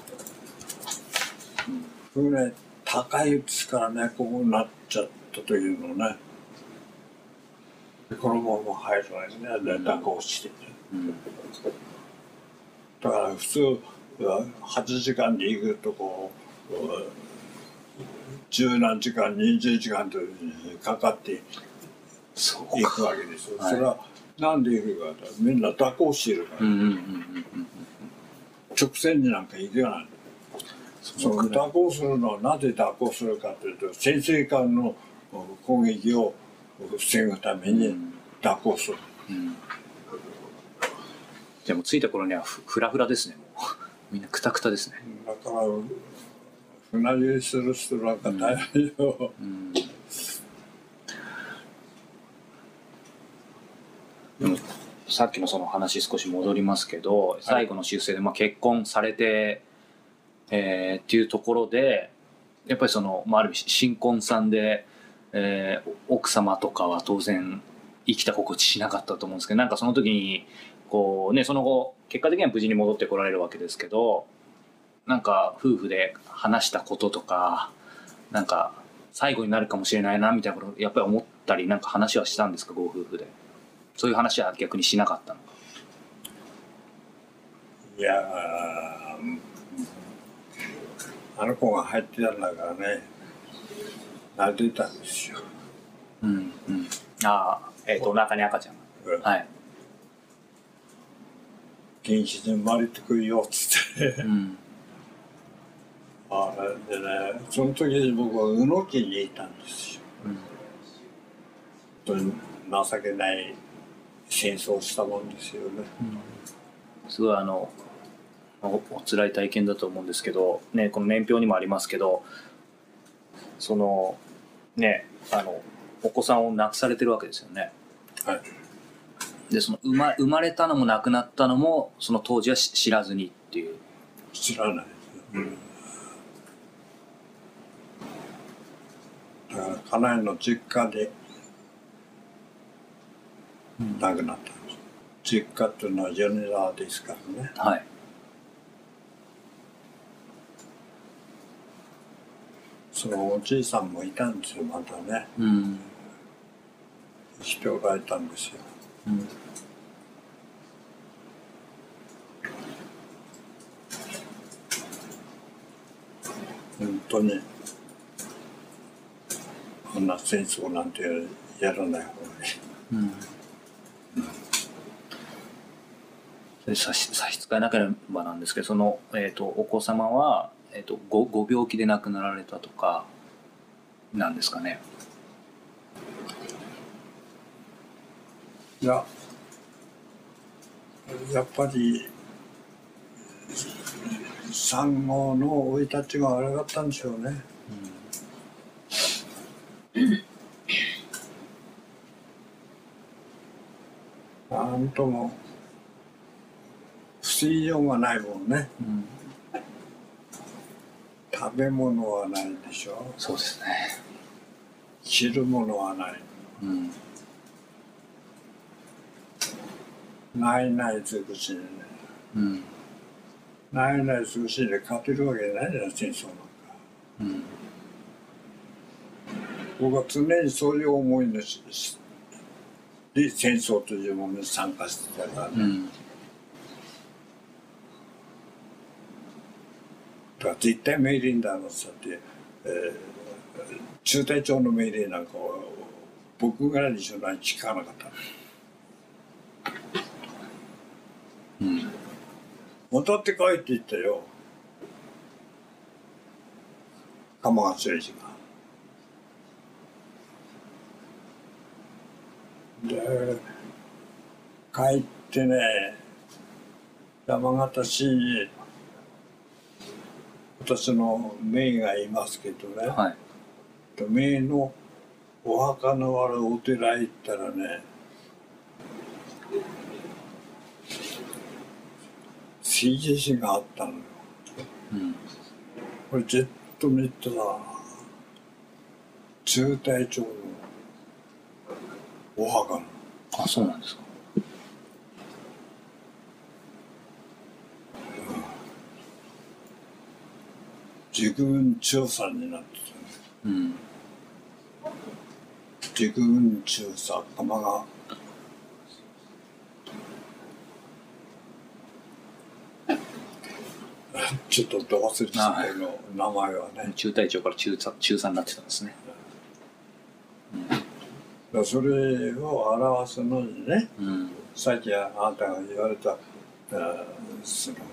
うん、船高いですからね、ここになっちゃったというのね。このまま入るわけね、で蛇行してて、うん、だから普通はちじかんで行くとこ十何時間にじゅうじかんとかかって行くわけですよ。それはなんで行くかと、みんな蛇行してるから、直線になんか行けない。その蛇行するのはなぜ蛇行するかというと、潜水艦の攻撃を防ぐために蛇行する、うんうん、 じゃあもう着いた頃にはフラフラですね。もうみんなクタクタですね。 だから船酔いする人なんか大変よ、うんうん、でもさっきのその話少し戻りますけど、はい、最後の出征でまあ結婚されて、えー、っていうところでやっぱりその、まあ、ある意味新婚さんで、えー、奥様とかは当然生きた心地しなかったと思うんですけど、なんかその時にこうね、その後結果的には無事に戻ってこられるわけですけど、なんか夫婦で話したこととか、なんか最後になるかもしれないなみたいなことやっぱり思ったり、なんか話はしたんですか、ご夫婦で。そういう話は逆にしなかったのか。 いやあの子が入ってたんだからね、撫でたんですよ。 うんうん。ああ、えっと、お腹に赤ちゃんが。うん、はい。 元気に生まれてくるよっつって、うん、あでね、その時に僕は宇野家にいたんですよ。うん、情けない戦争をしたもんですよね。 うん、すごいあのおお辛い体験だと思うんですけど、ね、この年表にもありますけど、そのね、あのお子さんを亡くされてるわけですよね。はい。でその生 ま, 生まれたのも亡くなったのもその当時は知らずにっていう。 知らない、うん、だから家内の実家で亡くなったんです。実家っていうのは米沢ですからね。 はい。 そのおじいさんもいたんですよ、またね。 うん。 人がいたんですよ。うん。本当にこんな戦争なんてやらない方がいい。うん。 それ差し差し支えなければなんですけど、その、えーと、お子様は、えーと、ご, ご病気で亡くなられたとかなんですかね。 いや、やっぱり産後の生い立ちが悪かったんでしょうね。うん、なんとも不思議ようがないもんね。うん、食べ物はないでしょ。 そうですね。 着るものはない。うん、ないない尽くしでね。うん、ないない尽くしで勝てるわけないじゃん、戦争なんか。うん、僕は常にそういう思いのしで戦争というものに参加してたからね。うん、だから絶対命令だろうって、えー、中隊長の命令なんかを僕ぐらいにしない聞かなかった。うん、戻ってこいって言ったよ、鎌川誠司が。で帰ってね、山形市に私の姪がいますけどね、はい、姪のお墓のあるお寺行ったらね、水地震があったのよ。うん、これじっと見たら中隊長のお墓の。 あ、そうなんですか。 陸軍中佐になってたね。うん、陸軍中佐鎌がちょっとど忘れしたけど名前はね。 中隊長から中佐中佐になってたんですね。 うん、それを表すのにね、うん、さっきあなたが言われたあその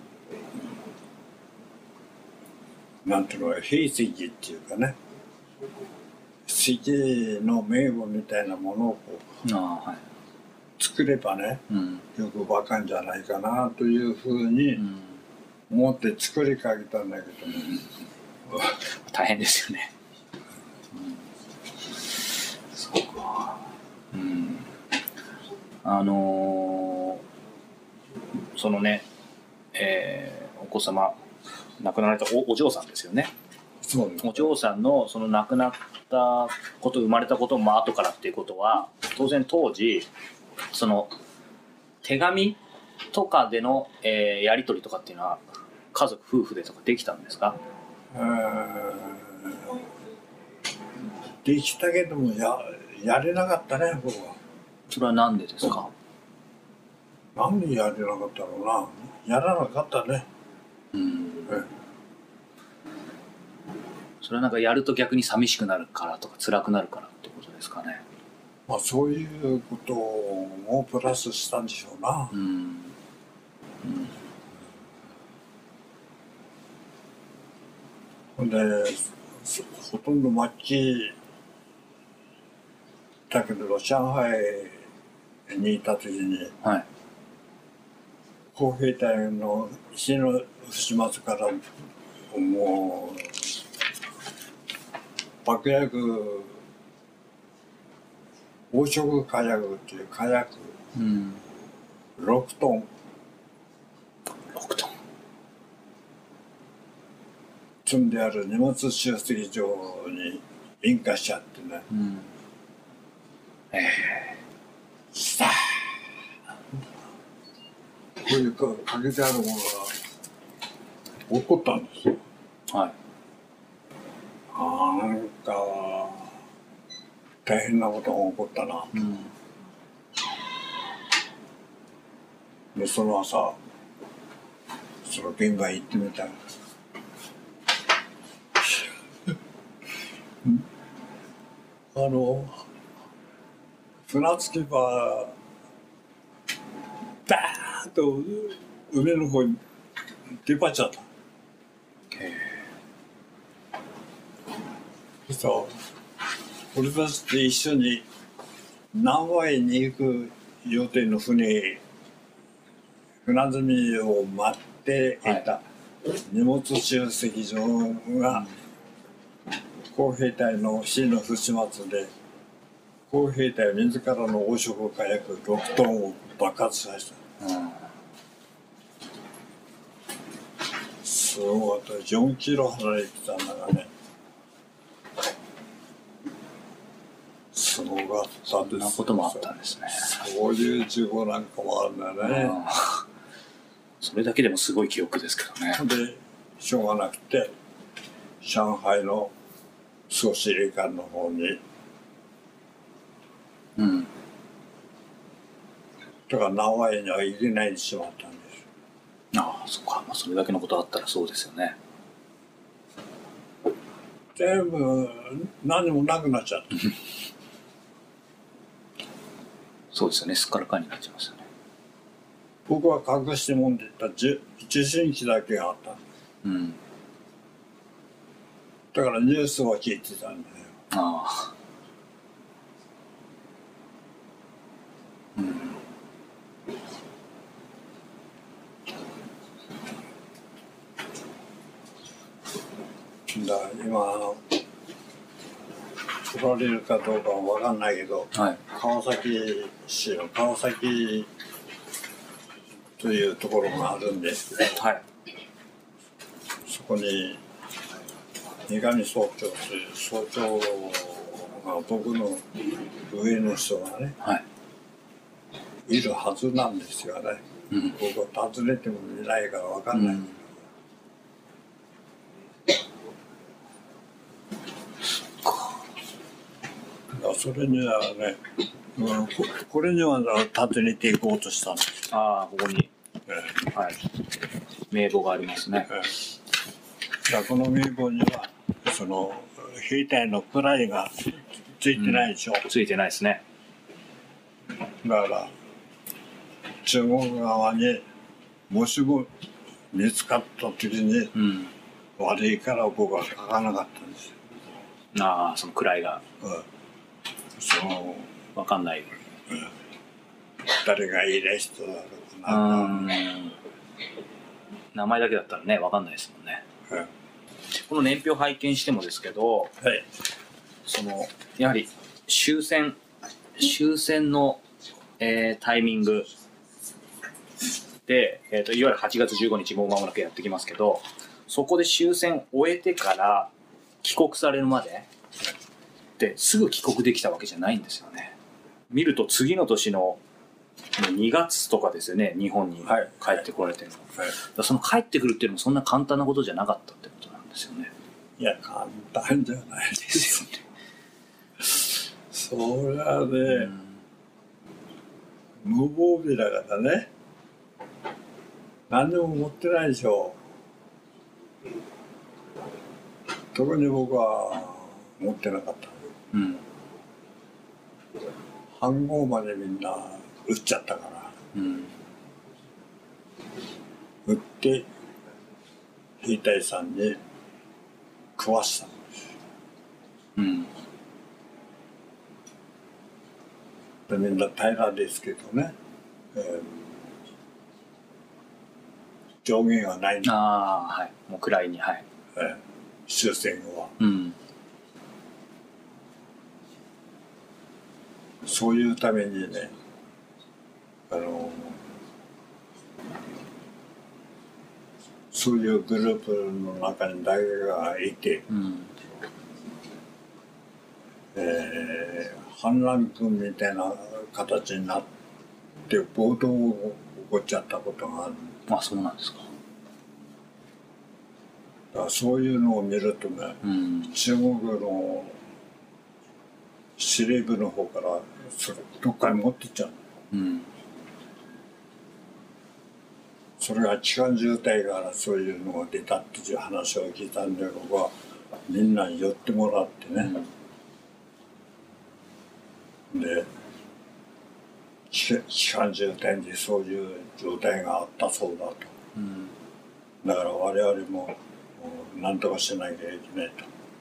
なんていうの、兵石っていうかね、石の名簿みたいなものをこう、はい、作ればね、うん、よくわかんじゃないかなというふうに思って作りかけたんだけども、 うん、大変ですよね。うん、そうか。うん。あのー、そのね、えー、お子様亡くなられた お, お嬢さんですよね。 そうです。 お嬢さんのその亡くなったこと生まれたことも後からっていうことは当然当時その手紙とかでの、えー、やり取りとかっていうのは家族夫婦でとかできたんですか？ できたけども や, やれなかったね僕は。 それはなんでですか？ なんでやれなかったろうな。やらなかったね。うん、 それはなんかやると逆に寂しくなるからとか辛くなるからってことですかね。 まあそういうことをプラスしたんでしょうな。うん、うん、でほとんど末期だけど上海にいた時に、はい、工兵隊の石の不始末からもう爆薬黄色火薬っていう火薬、うん、ろくトンろくトン積んである荷物集積場に引火しちゃってね、うん、えー、スういうかかけてあるものが起こったんですよ。 はい。 なんか大変なことが起こったな、うん、でその朝その現場行ってみたらあの船着き場バーッと上の方に出張っちゃった。そう俺たちと一緒に南和へに行く予定の船船積みを待っていた荷物集積場が工兵隊の死の不始末で工兵隊自らの汚職火薬ろくトンを爆発させた、うん、すごかった。よんキロ離れてたんだがね、すごかったです。 そんなこともあったんですね。 そういう事故なんかもあるんだね、うん、 それだけでもすごい記憶ですけどね。 でしょうがなくて上海の総司令官の方に、うん、だから名古屋には入れないでしまったんです。 ああ、そっか、まあ、それだけのことあったらそうですよね。 全部何もなくなっちゃったそうですよね、すっからかんになっちゃいましたね。 僕は隠してもんでた受信機だけがあったんです、うん、だからニュースを聞いてたんだよ。ああ、うん、だ今取られるかどうかは分かんないけど、はい、川崎市の川崎というところがあるんですけど、はい、そこに三上総長という総長が僕の上の人がね、はい、いるはずなんですよね、うん、僕は訪ねてもいないから分かんない、うん、それにはね、うん、こ, これには訪ねていこうとしたんです。 ああ、ここに、えー、はい、名簿がありますね。えー、じゃあこの名簿にはその兵隊の位がついてないでしょ、 うん、ついてないですね。 だから中国側にもしも見つかった時に、うん、悪いから僕は書かなかったんですよ。 ああ、その位が、 うん、その分かんない、うん、 誰がいい人だろうな、うん、 名前だけだったらね分かんないですもんね、うん、この年表拝見してもですけど、はい、そのやはり終戦終戦の、えー、タイミングで、えーと、いわゆるはちがつじゅうごにちもう間もなくやってきますけど、そこで終戦を終えてから帰国されるまでですぐ帰国できたわけじゃないんですよね。見ると次の年のにがつとかですよね、日本に帰ってこられてるの、はいはい、だその帰ってくるっていうのもそんな簡単なことじゃなかったってことなんですよね。 いや簡単じゃないですよねそれはね、うん、無防備だからね、何でも持ってないでしょ。特に僕は持ってなかった、うん、飯盒までみんな売っちゃったから、うん、売って兵隊さんに食わしたんです、うん、でみんな平らですけどね、えー、上限はないんだ。 ああ、はい、もう位に、はい、 えー、終戦後は、うん、そういうためにね、あのそういうグループの中に誰かがいて、うん、えー、反乱軍みたいな形になって暴動を起こっちゃったことがある。 あ、そうなんですか。 だからそういうのを見るとね、うん、中国の司令部の方からそれどっかに持ってっちゃう、うん、それが痴漢渋滞からそういうのが出たっていう話を聞いたんで、僕はみんなに寄ってもらってね、うん、で痴漢渋滞でそういう状態があったそうだと、うん、だから我々も何とかしなきゃいけない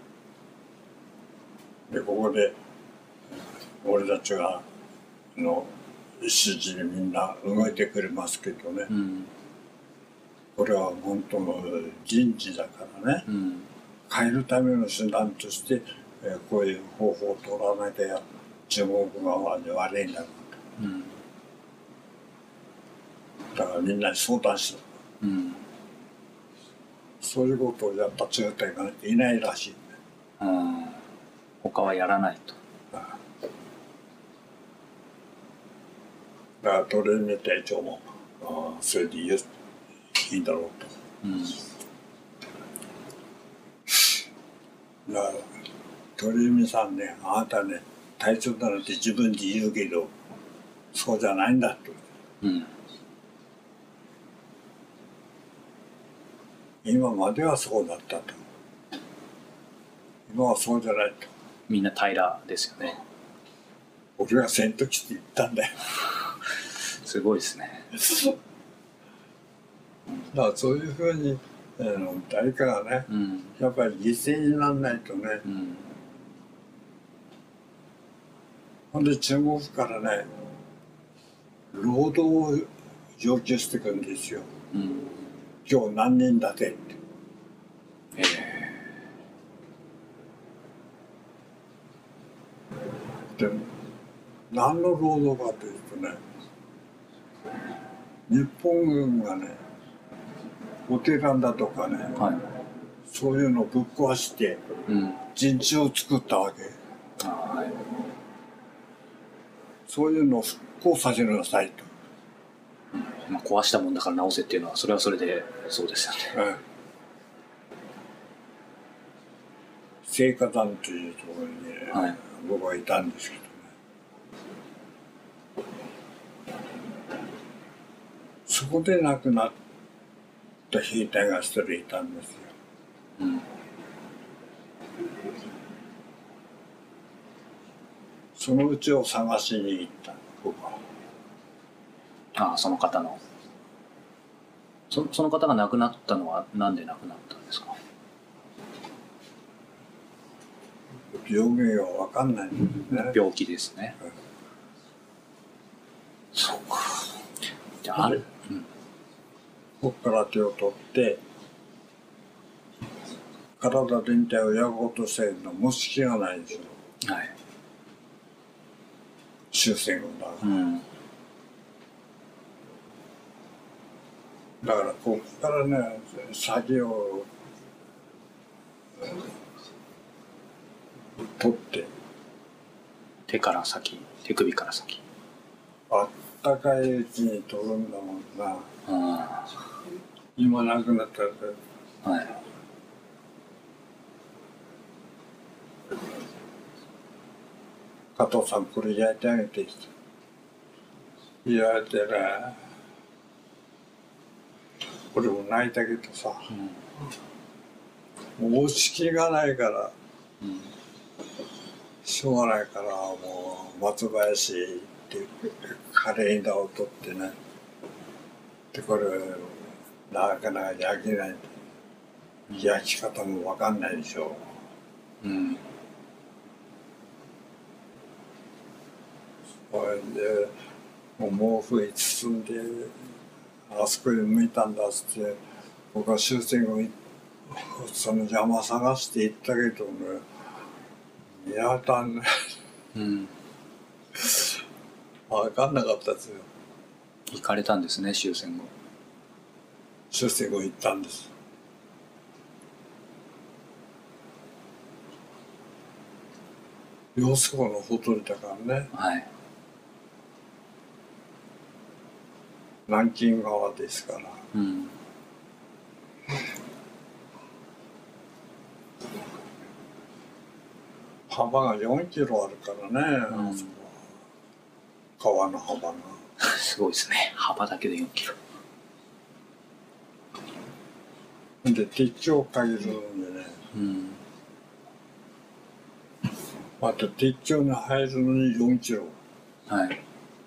と。でここで俺たちがの指示にみんな動いてくれますけどね、うん、これは本当の人事だからね、うん、変えるための手段として、えー、こういう方法を取らなきゃ中国側に悪いんだろうと、うん、だからみんなに相談した、うん、そういうことをやった中隊がいないらしい、 うん、他はやらないと。 だからトレーニング隊長もあそれでいいんだろうと、うん、だから鳥海さんね、あなたね隊長だなんて自分で言うけどそうじゃないんだと、うん、今まではそうだったと、今はそうじゃないと。 みんな平らですよね。 俺が戦闘機って言ったんだよすごいですねだからそういうふうに、えー、誰かがね、うん、やっぱり犠牲にならないとね、うん、ほんで中国からね労働を要求してくるんですよ、うん、今日何人だけって、えー、で何の労働かというとね、日本軍がねお寺だとかね、はい、そういうのをぶっ壊して陣地を作ったわけ、うん、はい、そういうのを復興させなさいと、 うん、まあ、壊したもんだから直せっていうのはそれはそれでそうですよね、うん、 聖火山というところに、ね、はい、僕はいたんですけどね、そこで亡くなった兵隊が一人いたんですよ、うん、そのうちを探しに行った僕は。 ああ、その方の そ, その方が亡くなったのは何で亡くなったんですか？ 病名は分かんないんですね。 病気ですね、うん、そうか。じゃあある、うん、 ここから手を取って体全体を焼こうとしてるのも隙がないでしょ、はい、終戦後だから、うん、だからここからね先を取って手から先、手首から先、 あったかいうちに取るんだもんな、あ、今なくなったら、はい、加藤さんこれ焼いてあげてきて言われてね、俺も泣いたけどさ、うん、もう押し切りがないから、うん、しょうがないからもう松林ってカレー枝を取ってね、でこれなかなか焼けない、焼き方も分かんないでしょ、うん、それでもう毛布に包んであそこに向いたんだっつって僕は終戦後にその山探して行ったけどね見当たんない、うん、分かんなかったですよ。 行かれたんですね、終戦後。 終戦後行ったんです。揚子江のほとりだからね、はい、 南京川ですから、うん、幅がよんキロあるからね、うん、川の幅がすごいですね。幅だけでよんキロで鉄橋かけるんでね、うん、また鉄橋に入るのによんキロ、はい、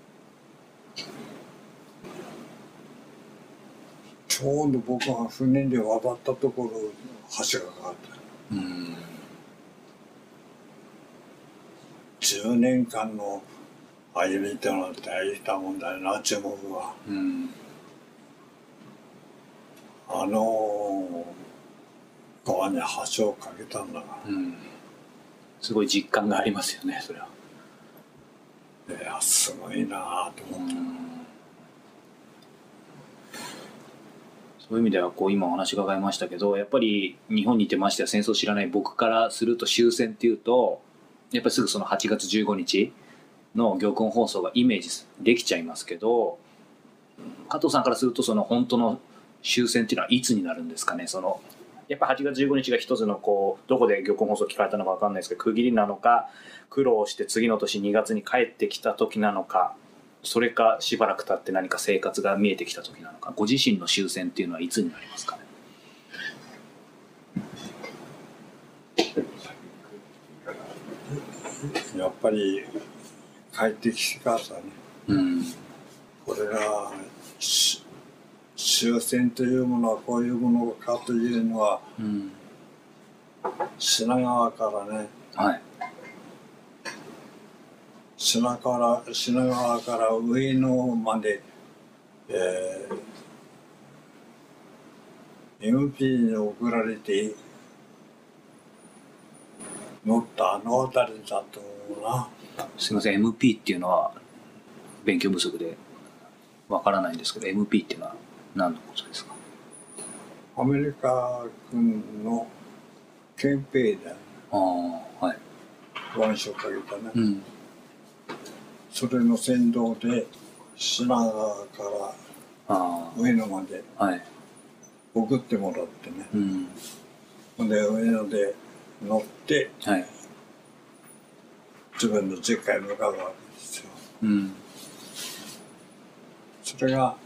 ちょうど僕が船で渡ったところ橋がかかった、うん、じゅうねんかんの歩みってのは大したもんだよな、注目は、うん、あの川に橋を架けたんだから、うん、 すごい実感がありますよね、それは。 いや、すごいなと思って、うん、 そういう意味ではこう今お話伺いましたけど、やっぱり日本にいてましては戦争を知らない僕からすると終戦っていうとやっぱりすぐそのはちがつじゅうごにちの玉音放送がイメージできちゃいますけど、加藤さんからするとその本当の終戦っていうのはいつになるんですかね。そのやっぱはちがつじゅうごにちが一つのこうどこで玉音放送聞かれたのか分かんないですけど区切りなのか、苦労して次の年にがつに帰ってきた時なのか、それかしばらく経って何か生活が見えてきた時なのか、ご自身の終戦っていうのはいつになりますかね。 やっぱり帰ってきてからだね、うん、これが終戦というものはこういうものかというのは、うん、品川からね、はい、品川、品川から上野まで、えー、エムピー に送られて乗ったあの辺りだと思うな。 すみません、 エムピー っていうのは勉強不足でわからないんですけど、 エムピー っていうのは何のことですか。 アメリカ軍の憲兵だよ。ああ、はい。腕章かけたね、うん、それの先導で品川から上野まで送ってもらってね、うん、で上野で乗って、はい、自分の実家へ向かうわけですよ、うん、それが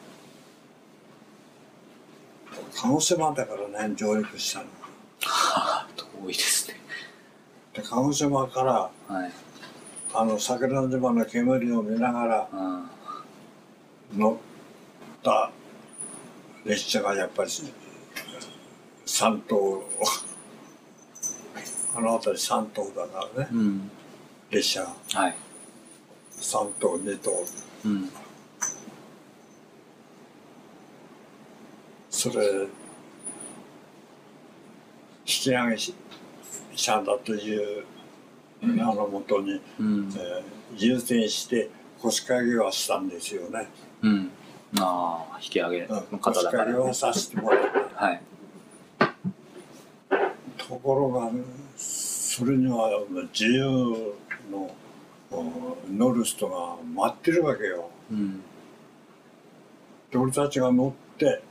鹿児島だからね、上陸したの。 はあ、遠いですね。 で鹿児島から、はい、あの桜島の煙を見ながら乗った列車がやっぱりさんとうあの辺りさんとうだからね、うん、列車が、はい、さんとうにとう、うん、それ引き上げ車だという名のもとに、うん、えー、優先して腰掛けはしたんですよね、 うん、ああ、引き上げの方だから、 ね、腰掛けはさせてもらった、はい、ところが、ね、それには自由の乗る人が待ってるわけよ、うん、で俺たちが乗って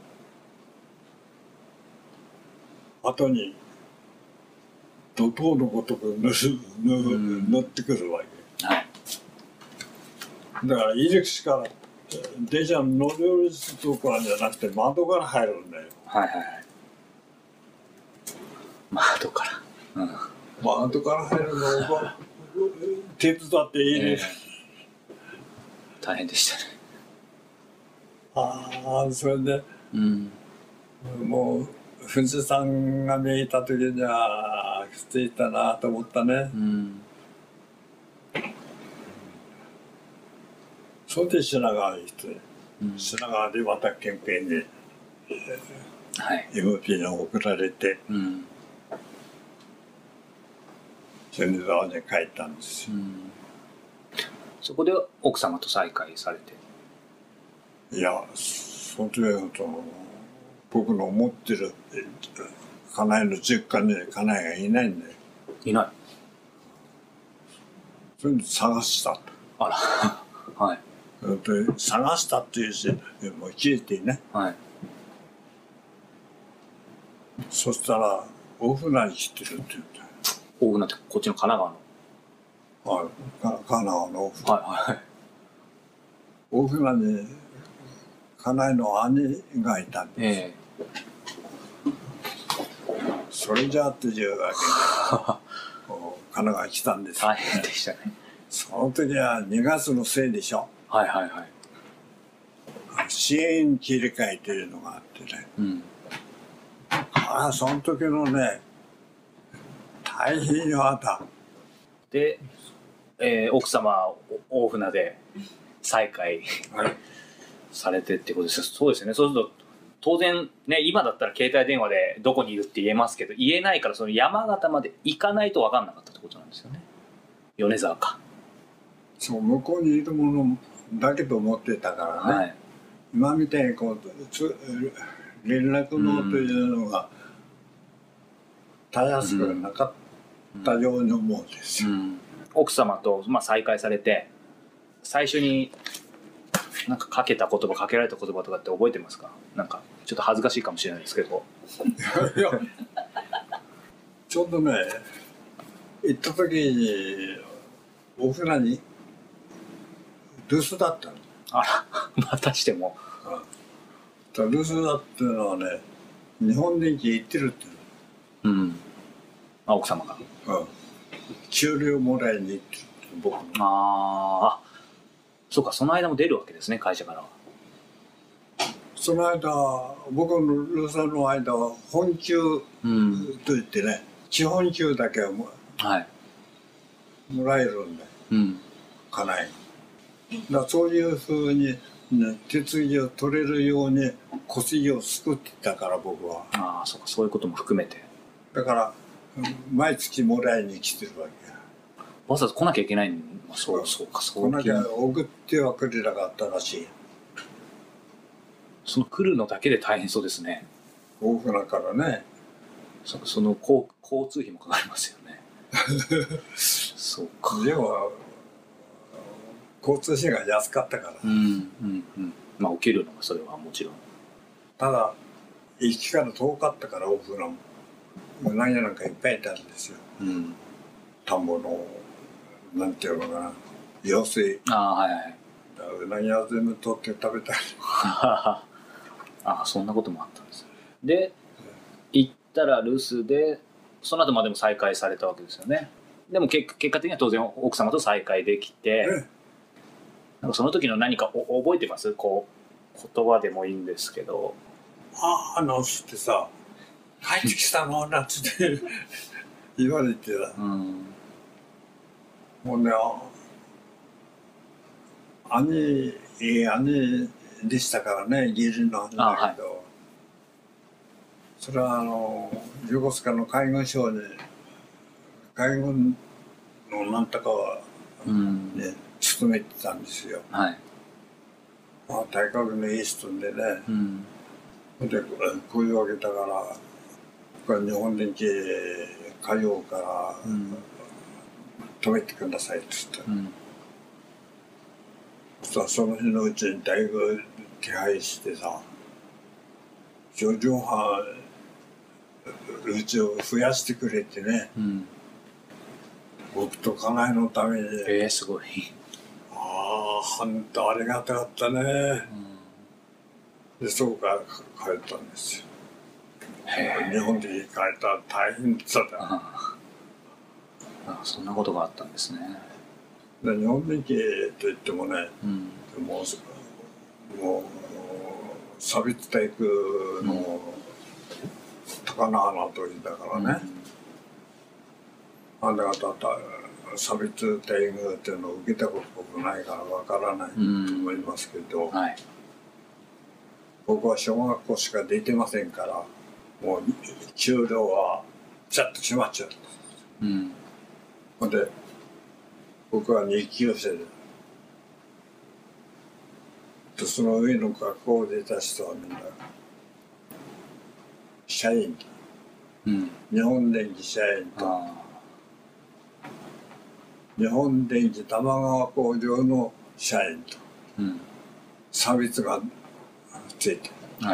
後に怒涛のごとく乗ってくるわけ、はい、だから入り口から電車の乗るところじゃなくて窓から入るんだよ。はいはいはい。 窓から、うん、 窓から入るのを手伝っていいね、えー、 大変でしたね。 ああ、それで、うん、もう富士山が見えた時にはきついたなと思ったね、うん、それで品川に来て、うん、品川でまた憲兵に、はい、エムピー に送られて、うん、仙沢に帰ったんですよ、うん、 そこで奥様と再会されて。 いや、その時は僕の思ってる家内の実家に家内がいないんだよ。 いない。 それで探したと。 あらはい。 探したっていうし、もう消えてね。はい、そしたら、大船に来てるって言って。 大船ってこっちの神奈川の？はい、神奈川の大船。はいはい。大船に、家内の兄がいたんです。えー、それじゃあっていうわけで、神奈川に来たんですよ、ね。大変でしたね。その時はにがつのせいでしょ。はいはいはい。支援切り替えというのがあってね。うん、ああ、その時のね、大変よ、あった。 で、えー、奥様、大船で再会されてってことです。そうですよね。そうすると、当然ね、今だったら携帯電話でどこにいるって言えますけど、言えないから、その山形まで行かないと分かんなかったってことなんですよね。米沢か。 そう、向こうにいるものだけと思ってたからね。はい、今みたいにこうつ連絡のというのがたやすくなかったように思うんですよ。うんうん、 奥様と、まあ、再会されて最初になんかかけた言葉、かけられた言葉とかって覚えてますか？なんかちょっと恥ずかしいかもしれないですけど。いやちょうどね、行った時に大船に留守だったの。 あら、またしても。 留守だっていうのはね、日本電機行ってるっていうの。うん。あ、奥様が。 うん。給料もらいに行ってるって僕の。 ああ、そうか、その間も出るわけですね、会社からは。 その間、僕の留守の間は本給といってね、うん、基本給だけはも、はい、もらえるんだよ。うん。家内。だそういうふうに、ね、手継ぎを取れるように腰を作ってたから僕は。 ああ、そうか、そういうことも含めて。 だから毎月もらいに来てるわけや。 わざわざ来なきゃいけないん、そうそうか、そう来なきゃ送ってはくれなかったらしい。 その来るのだけで大変そうですね。 大船からね。 そ, その交交通費もかかりますよね。そうか。 でも交通費が安かったから。うんうんうん。まあ受けるのがそれはもちろん。 ただ駅から遠かったから大船もうなぎなんかいっぱいいたんですよ。うん、田んぼのなんていうのかな、用水。ああはいはい。うなぎは全部取って食べたり。 ああ、そんなこともあったんです。で、行ったら留守で、その後までも再会されたわけですよね。でも結結果的には当然奥様と再会できて、なんかその時の何かお覚えてます？こう言葉でもいいんですけど。 ああ、のつってさ、帰ってきたのなんつって言われてた。うん、もうね、兄、いい兄でしたからね、義理の兄だけど、はい、それはあの横須賀の海軍省に海軍のなんとかは、ね、うん、勤めてたんですよ。はい、まあ、体格のいい人でね、うん、で声を上げたからこれ日本電機火曜から、うん、止めてくださいって言って、うん、その日のうちにだいぶ手配してさ、上場班うちを増やしてくれてね、うん、僕と家内のために。 えー、すごい。 ああ、本当ありがたかったね、うん、でそこから帰ったんですよ。日本で帰ったら大変だった。 ああ、そんなことがあったんですね。 で日本電機といってもね、うん、もうもう差別体育の高輪の鳥だからね、うん、あんな方差別体育っていうのを受けたことないからわからないと思いますけど、うん、はい、僕は小学校しか出てませんからもう給料はちゃっと決まっちゃう。うん、ほんで僕はに級生で、その上の学校で出た人はみんな社員、うん、日本電機社員と日本電機玉川工場の社員とうん、差別がついて、はい、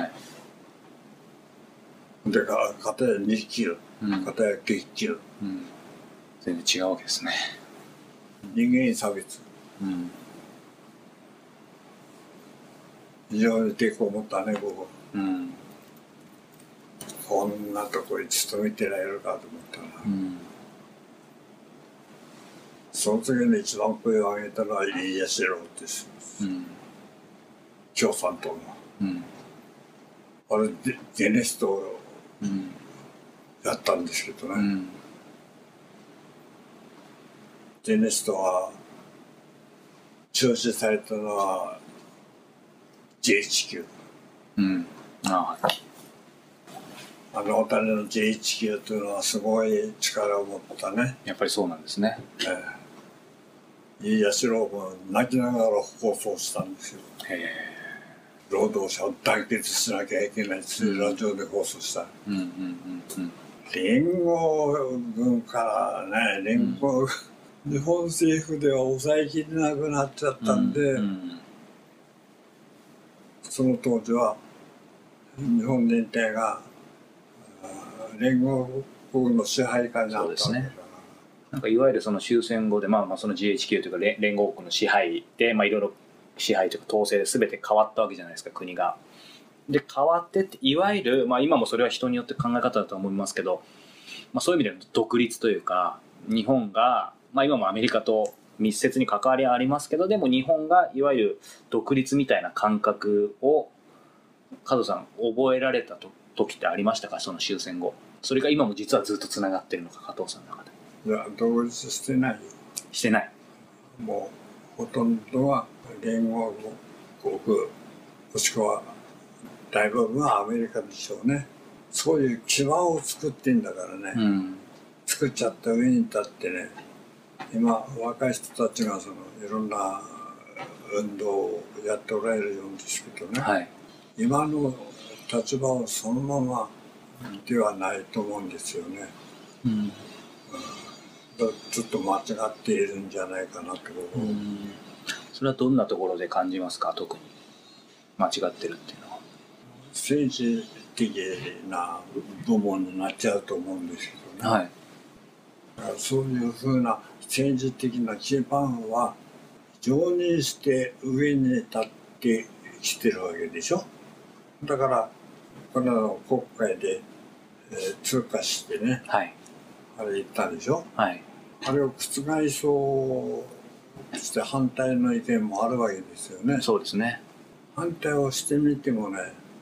でか片や日給、うん、片や月給、うん、 全然違うわけですね。 人間差別、うん、非常に抵抗を持ったね僕、うん、こんなとこに勤めてられるかと思ったな、うん、その次に一番声を上げたのは飯屋四郎です、うん、共産党の、うん、あれでジェネストをやったんですけどね、うん、ジェネストは中止されたのは ジェイエイチキュー、うん、あああのお種の ジェイエイチキュー というのはすごい力を持ったね。 やっぱりそうなんですね。 ええ、飯屋四郎も泣きながら放送したんですよ。へえ。労働者を団結しなきゃいけないってラジオで放送した。うんうんうんうん。連合軍からね、連合、うん、日本政府では抑えきれなくなっちゃったんで、うんうん、その当時は日本全体が連合国の支配下になったわけだから、ね、 なんかいわゆるその終戦後で、まあ、まあその ジーエイチキュー というか連連合国の支配で、まあ、いろいろ支配というか統制で全て変わったわけじゃないですか、国が。で変わってっていわゆる、まあ、今もそれは人によって考え方だと思いますけど、まあ、そういう意味での独立というか日本が、まあ、今もアメリカと密接に関わりはありますけど、でも日本がいわゆる独立みたいな感覚を加藤さん覚えられた時ってありましたか、その終戦後。それが今も実はずっとつながってるのか、加藤さんの中で。 いや、独立してないよ。 してない。 もうほとんどは連合国もしくは大部分はアメリカでしょうね。そういう基盤を作ってんだからね、うん、作っちゃった上に立ってね、今若い人たちがそのいろんな運動をやっておられるようですけどね、はい、今の立場をそのままではないと思うんですよね、うんうん、ちょっと間違っているんじゃないかなと、うん、 それはどんなところで感じますか、特に間違ってるっていうのは。 政治的な部門になっちゃうと思うんですけどね、はい、そういうふうな政治的な基盤は常任して上に立ってきてるわけでしょ。だからこの国会で、えー、通過してね、はい、あれ言ったでしょ、はい、あれを覆そうして反対の意見もあるわけですよね。 そうですね。 反対をしてみてもね、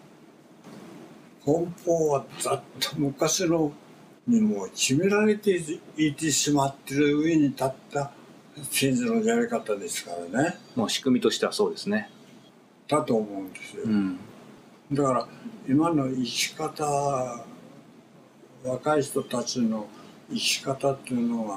根本はざっと昔のにもう決められていてしまってる上に立った政治のやり方ですからね。 もう仕組みとしてはそうですね。 だと思うんですよ、うん、だから今の生き方、若い人たちの生き方っていうのは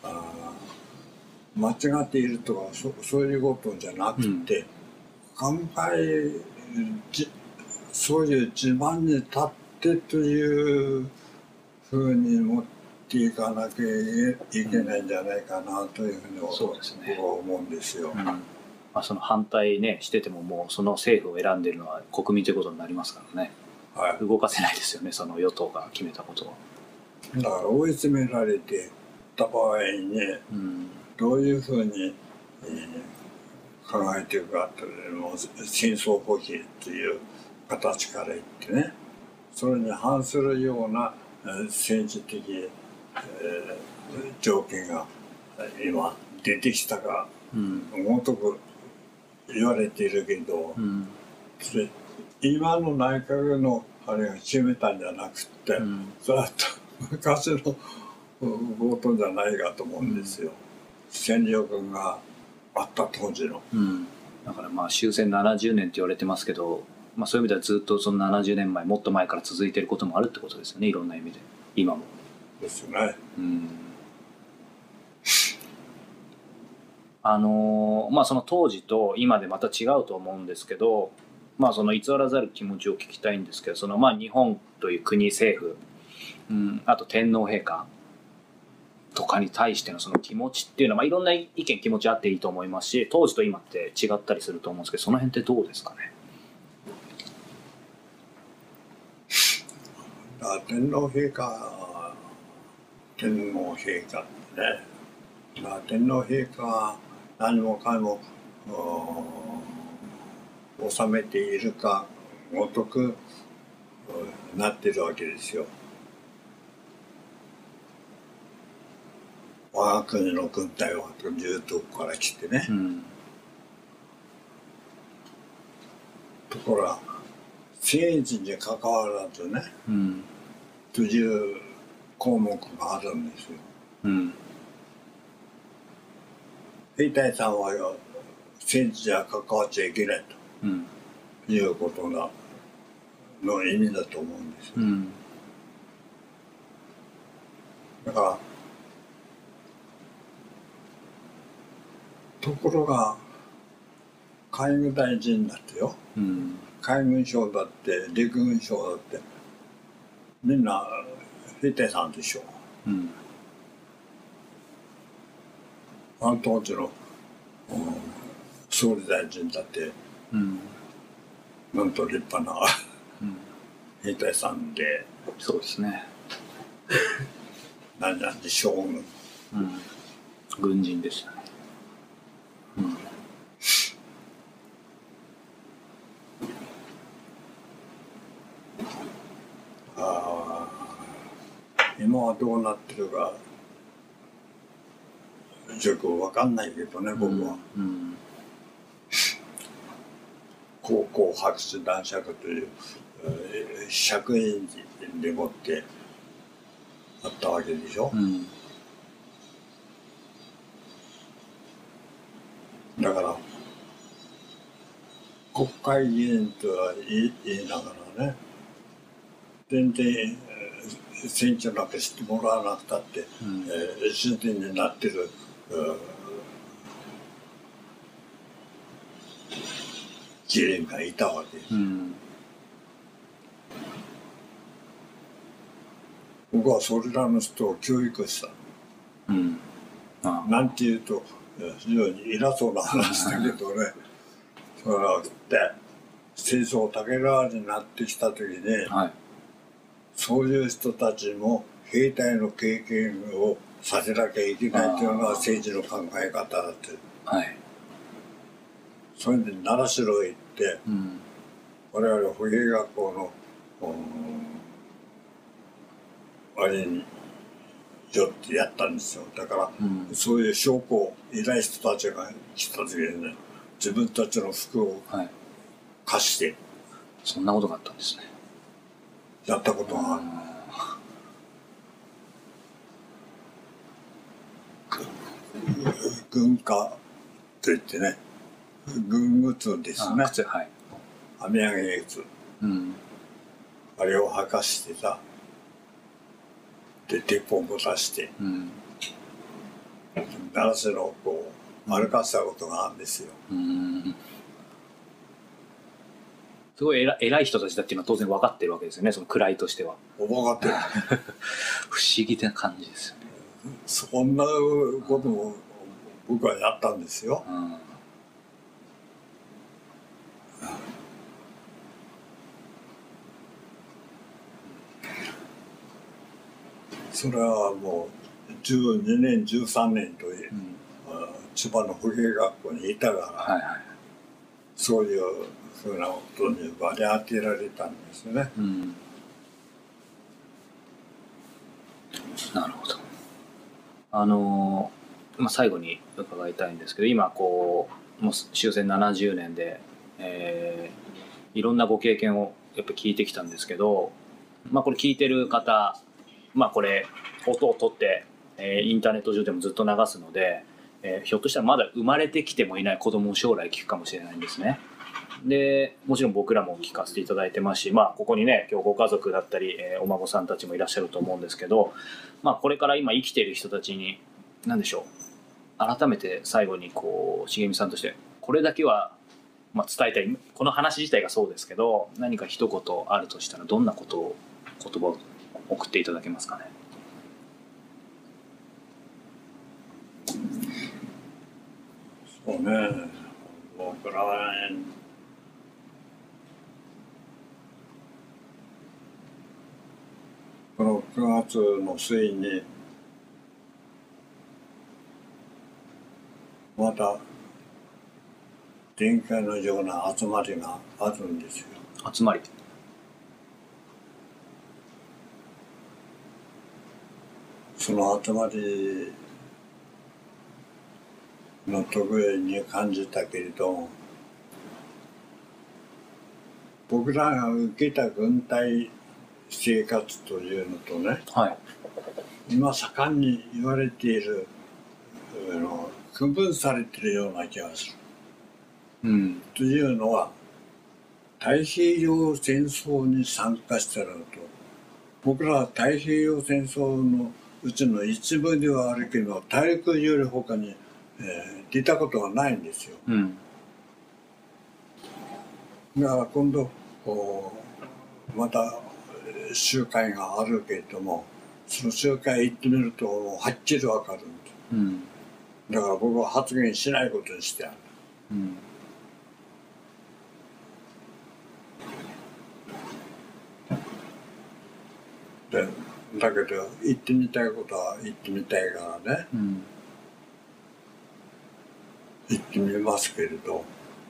間違っているとか そ, そういうことじゃなくて、うん、考えそういう地盤に立ってというふうに持っていかなきゃいけないんじゃないかなというふうに、うん、そうですね、思うんですよ。うん、まあ、その反対ねしててももうその政府を選んでいるのは国民ということになりますからね、はい、動かせないですよね、その与党が決めたことは。 だから追い詰められてた場合にね、うん、どういうふうに、えー、考えていくかっていうのを戦争放棄っていう形から言ってね、それに反するような政治的、えー、条件が今出てきたが、うん、もっとく言われているけど、うん、それ今の内閣のあれが決めたんじゃなくて、うん、それは昔の強盗じゃないかと思うんですよ、うん、戦力があった当時の、うん、 だからまあ終戦ななじゅうねんって言われてますけど、まあ、そういう意味ではずっとそのななじゅうねんまえもっと前から続いていることもあるってことですよね、いろんな意味で今もですよね。うんあのー、まあその当時と今でまた違うと思うんですけど、まあその偽らざる気持ちを聞きたいんですけど、そのまあ日本という国政府、うん、あと天皇陛下っとかに対してのその気持ちっていうのは、まあ、いろんな意見気持ちあっていいと思いますし、当時と今って違ったりすると思うんですけど、その辺ってどうですかね。 天皇陛下天皇陛下ってね、天皇陛下は何もかも治めているかごとくなってるわけですよ。我が国の軍隊は重東から来てね、うん、ところが政治に関わらずね、うん、という項目があるんですよ。うん、兵隊さんは政治には関わっちゃいけないと、うん、いうことがの意味だと思うんですよ。うん、だからところが海軍大臣だってよ、うん、海軍省だって陸軍省だってみんな兵隊さんでしょ。うん、あの当時の、うん、総理大臣だって、うん、なんと立派な、うん、兵隊さんで、 そうですね。 何々将軍、うん、 軍人でしたね。うん、 あ今はどうなってるかよく分かんないけどね、僕は。うんうん、高校博士男爵という、えー、爵員でもってあったわけでしょ。うん、だから国会議員とは言い、言いながらね、全然選挙なんかしてもらわなくたって、うん、えー、主人になってる、議員がいたわけです。うん、僕はそれらの人を教育した。うん、ああなんていうと非常に偉そうな話だけどね。それはって戦争竹川になってきた時に、はい、そういう人たちも兵隊の経験をさせなきゃいけないというのが政治の考え方だって、はい、それで奈良城へ行って、うん、我々歩兵学校の、うん、あれによってやったんですよ。だから、うん、そういう将校偉い人たちが来た時にね、自分たちの服を貸して、はい、 そんなことがあったんですね。 やったことがある。軍歌といってね、軍靴ですね。 靴、はい。 網上げ靴、うん、あれを履かしてさ、で鉄砲も出して、うん、奈良市のこう歩かせたことがあるんですよ。うん、 すごい偉、偉い人たちだっていうのは当然分かってるわけですよね、その位としては。 分かってる。 不思議な感じですよね。 そんなことも僕はやったんですよ。うん、それはもうじゅうにねんじゅうさんねんと、うん、千葉の歩兵学校にいたから、はいはい、そういうふうなことに割り当てられたんですね。うん、 なるほど。あのーまあ、最後に伺いたいんですけど、今こうもう終戦ななじゅうねんで、えー、いろんなご経験をやっぱ聞いてきたんですけど、まあ、これ聞いてる方、まあ、これ音を取って、えー、インターネット上でもずっと流すので、えー、ひょっとしたらまだ生まれてきてもいない子供を将来聞くかもしれないんですね。でもちろん僕らも聞かせていただいてますし、まあ、ここにね今日ご家族だったり、えー、お孫さんたちもいらっしゃると思うんですけど、まあ、これから今生きている人たちに何でしょう、改めて最後にこう茂美さんとしてこれだけは、まあ、伝えたい、この話自体がそうですけど、何か一言あるとしたらどんなことを言葉を送っていただけますかね。 うね、僕らはね、このくがつの末にまた前回のような集まりがあるんですよ。 集まり。 その集まりの特異に感じたけれど、僕らが受けた軍隊生活というのとね、 はい、 今盛んに言われているあの区分されているような気がする。 うん、 というのは太平洋戦争に参加したのと、僕らは太平洋戦争のうちの一部ではあるけど大陸より他に、えー、出たことがないんですよ。 うん、 だから今度また集会があるけれども、その集会行ってみるとはっきり分かるんです、うん、だから僕は発言しないことにしてある、うん、でだけど行ってみたいことは行ってみたいからね、うん、行ってみますけれど、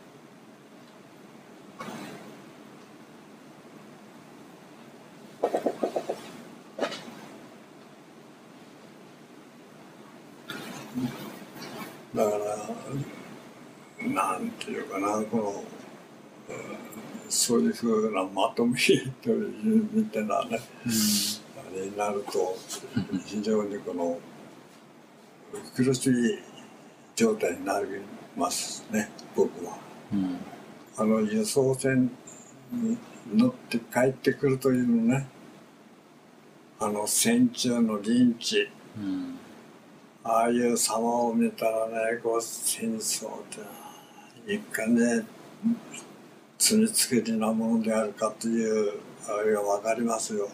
だからなんていうかな、このそういうふうなまとめというみたいなね、うん、あれになると非常にこの苦しい状態になりますね、僕は、うん、あの輸送船に乗って帰ってくるというのね、あの戦中のリンチ、うん、ああいう様を見たらね、こう戦争っていかね罪作りなものであるかというあれが分かりますよ。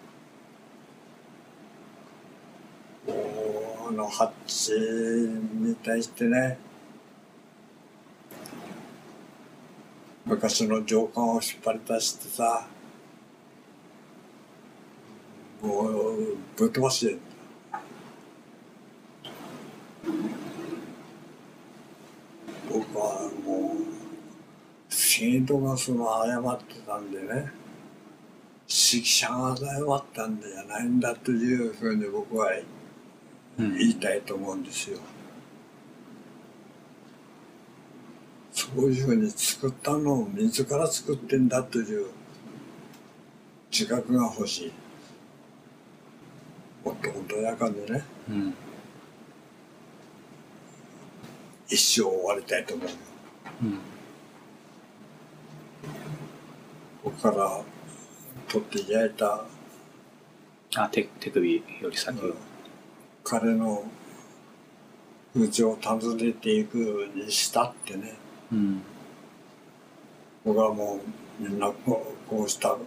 あのハッチに対してね、昔の上官を引っ張り出してさ、もうぶっ飛ばしてる。僕はもう制度がその誤ってたんでね、指揮者が誤ったんじゃないんだというふうに僕は言いたいと思うんですよ。そういうふうに作ったのを自ら作ってんだという自覚が欲しい。もっと穏やかにね、うん、一生終わりたいと思うよ。うん、ここから取って焼いたあ 手, 手首より先、うん、 彼の家を訪ねていくにしたってね、うん、僕はもうみんなこ う, こうした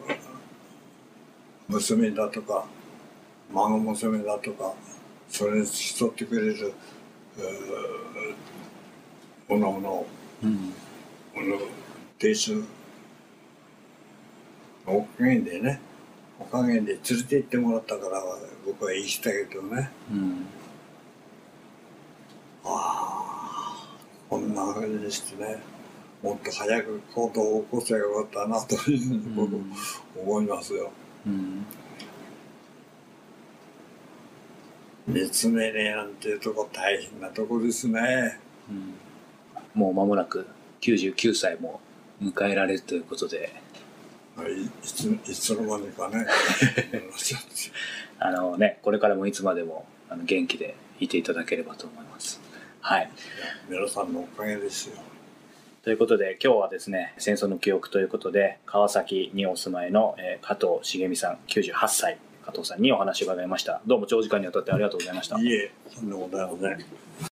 娘だとか孫娘だとかそれに付き添ってくれるおのおの亭主のおかげでね、おかげで連れて行ってもらったから僕は生きたけどね、うん、ああこんなふうにしてね、もっと早く行動を起こせばよかったなというふうに僕、うん、思いますよ。うん、立命令なんていうとこ大変なとこですね。 うん、もう間もなくきゅうじゅうきゅうさいも迎えられるということで、 い, い, ついつの間にかねあのね、これからもいつまでもあの元気でいていただければと思います。はい。 皆さんのおかげですよ。 ということで今日はですね、戦争の記憶ということで川崎にお住まいの、えー、加藤茂美さんきゅうじゅうはっさい、加藤さんにお話を伺いました。どうも長時間にわたってありがとうございました。 いえ、そんなことはね。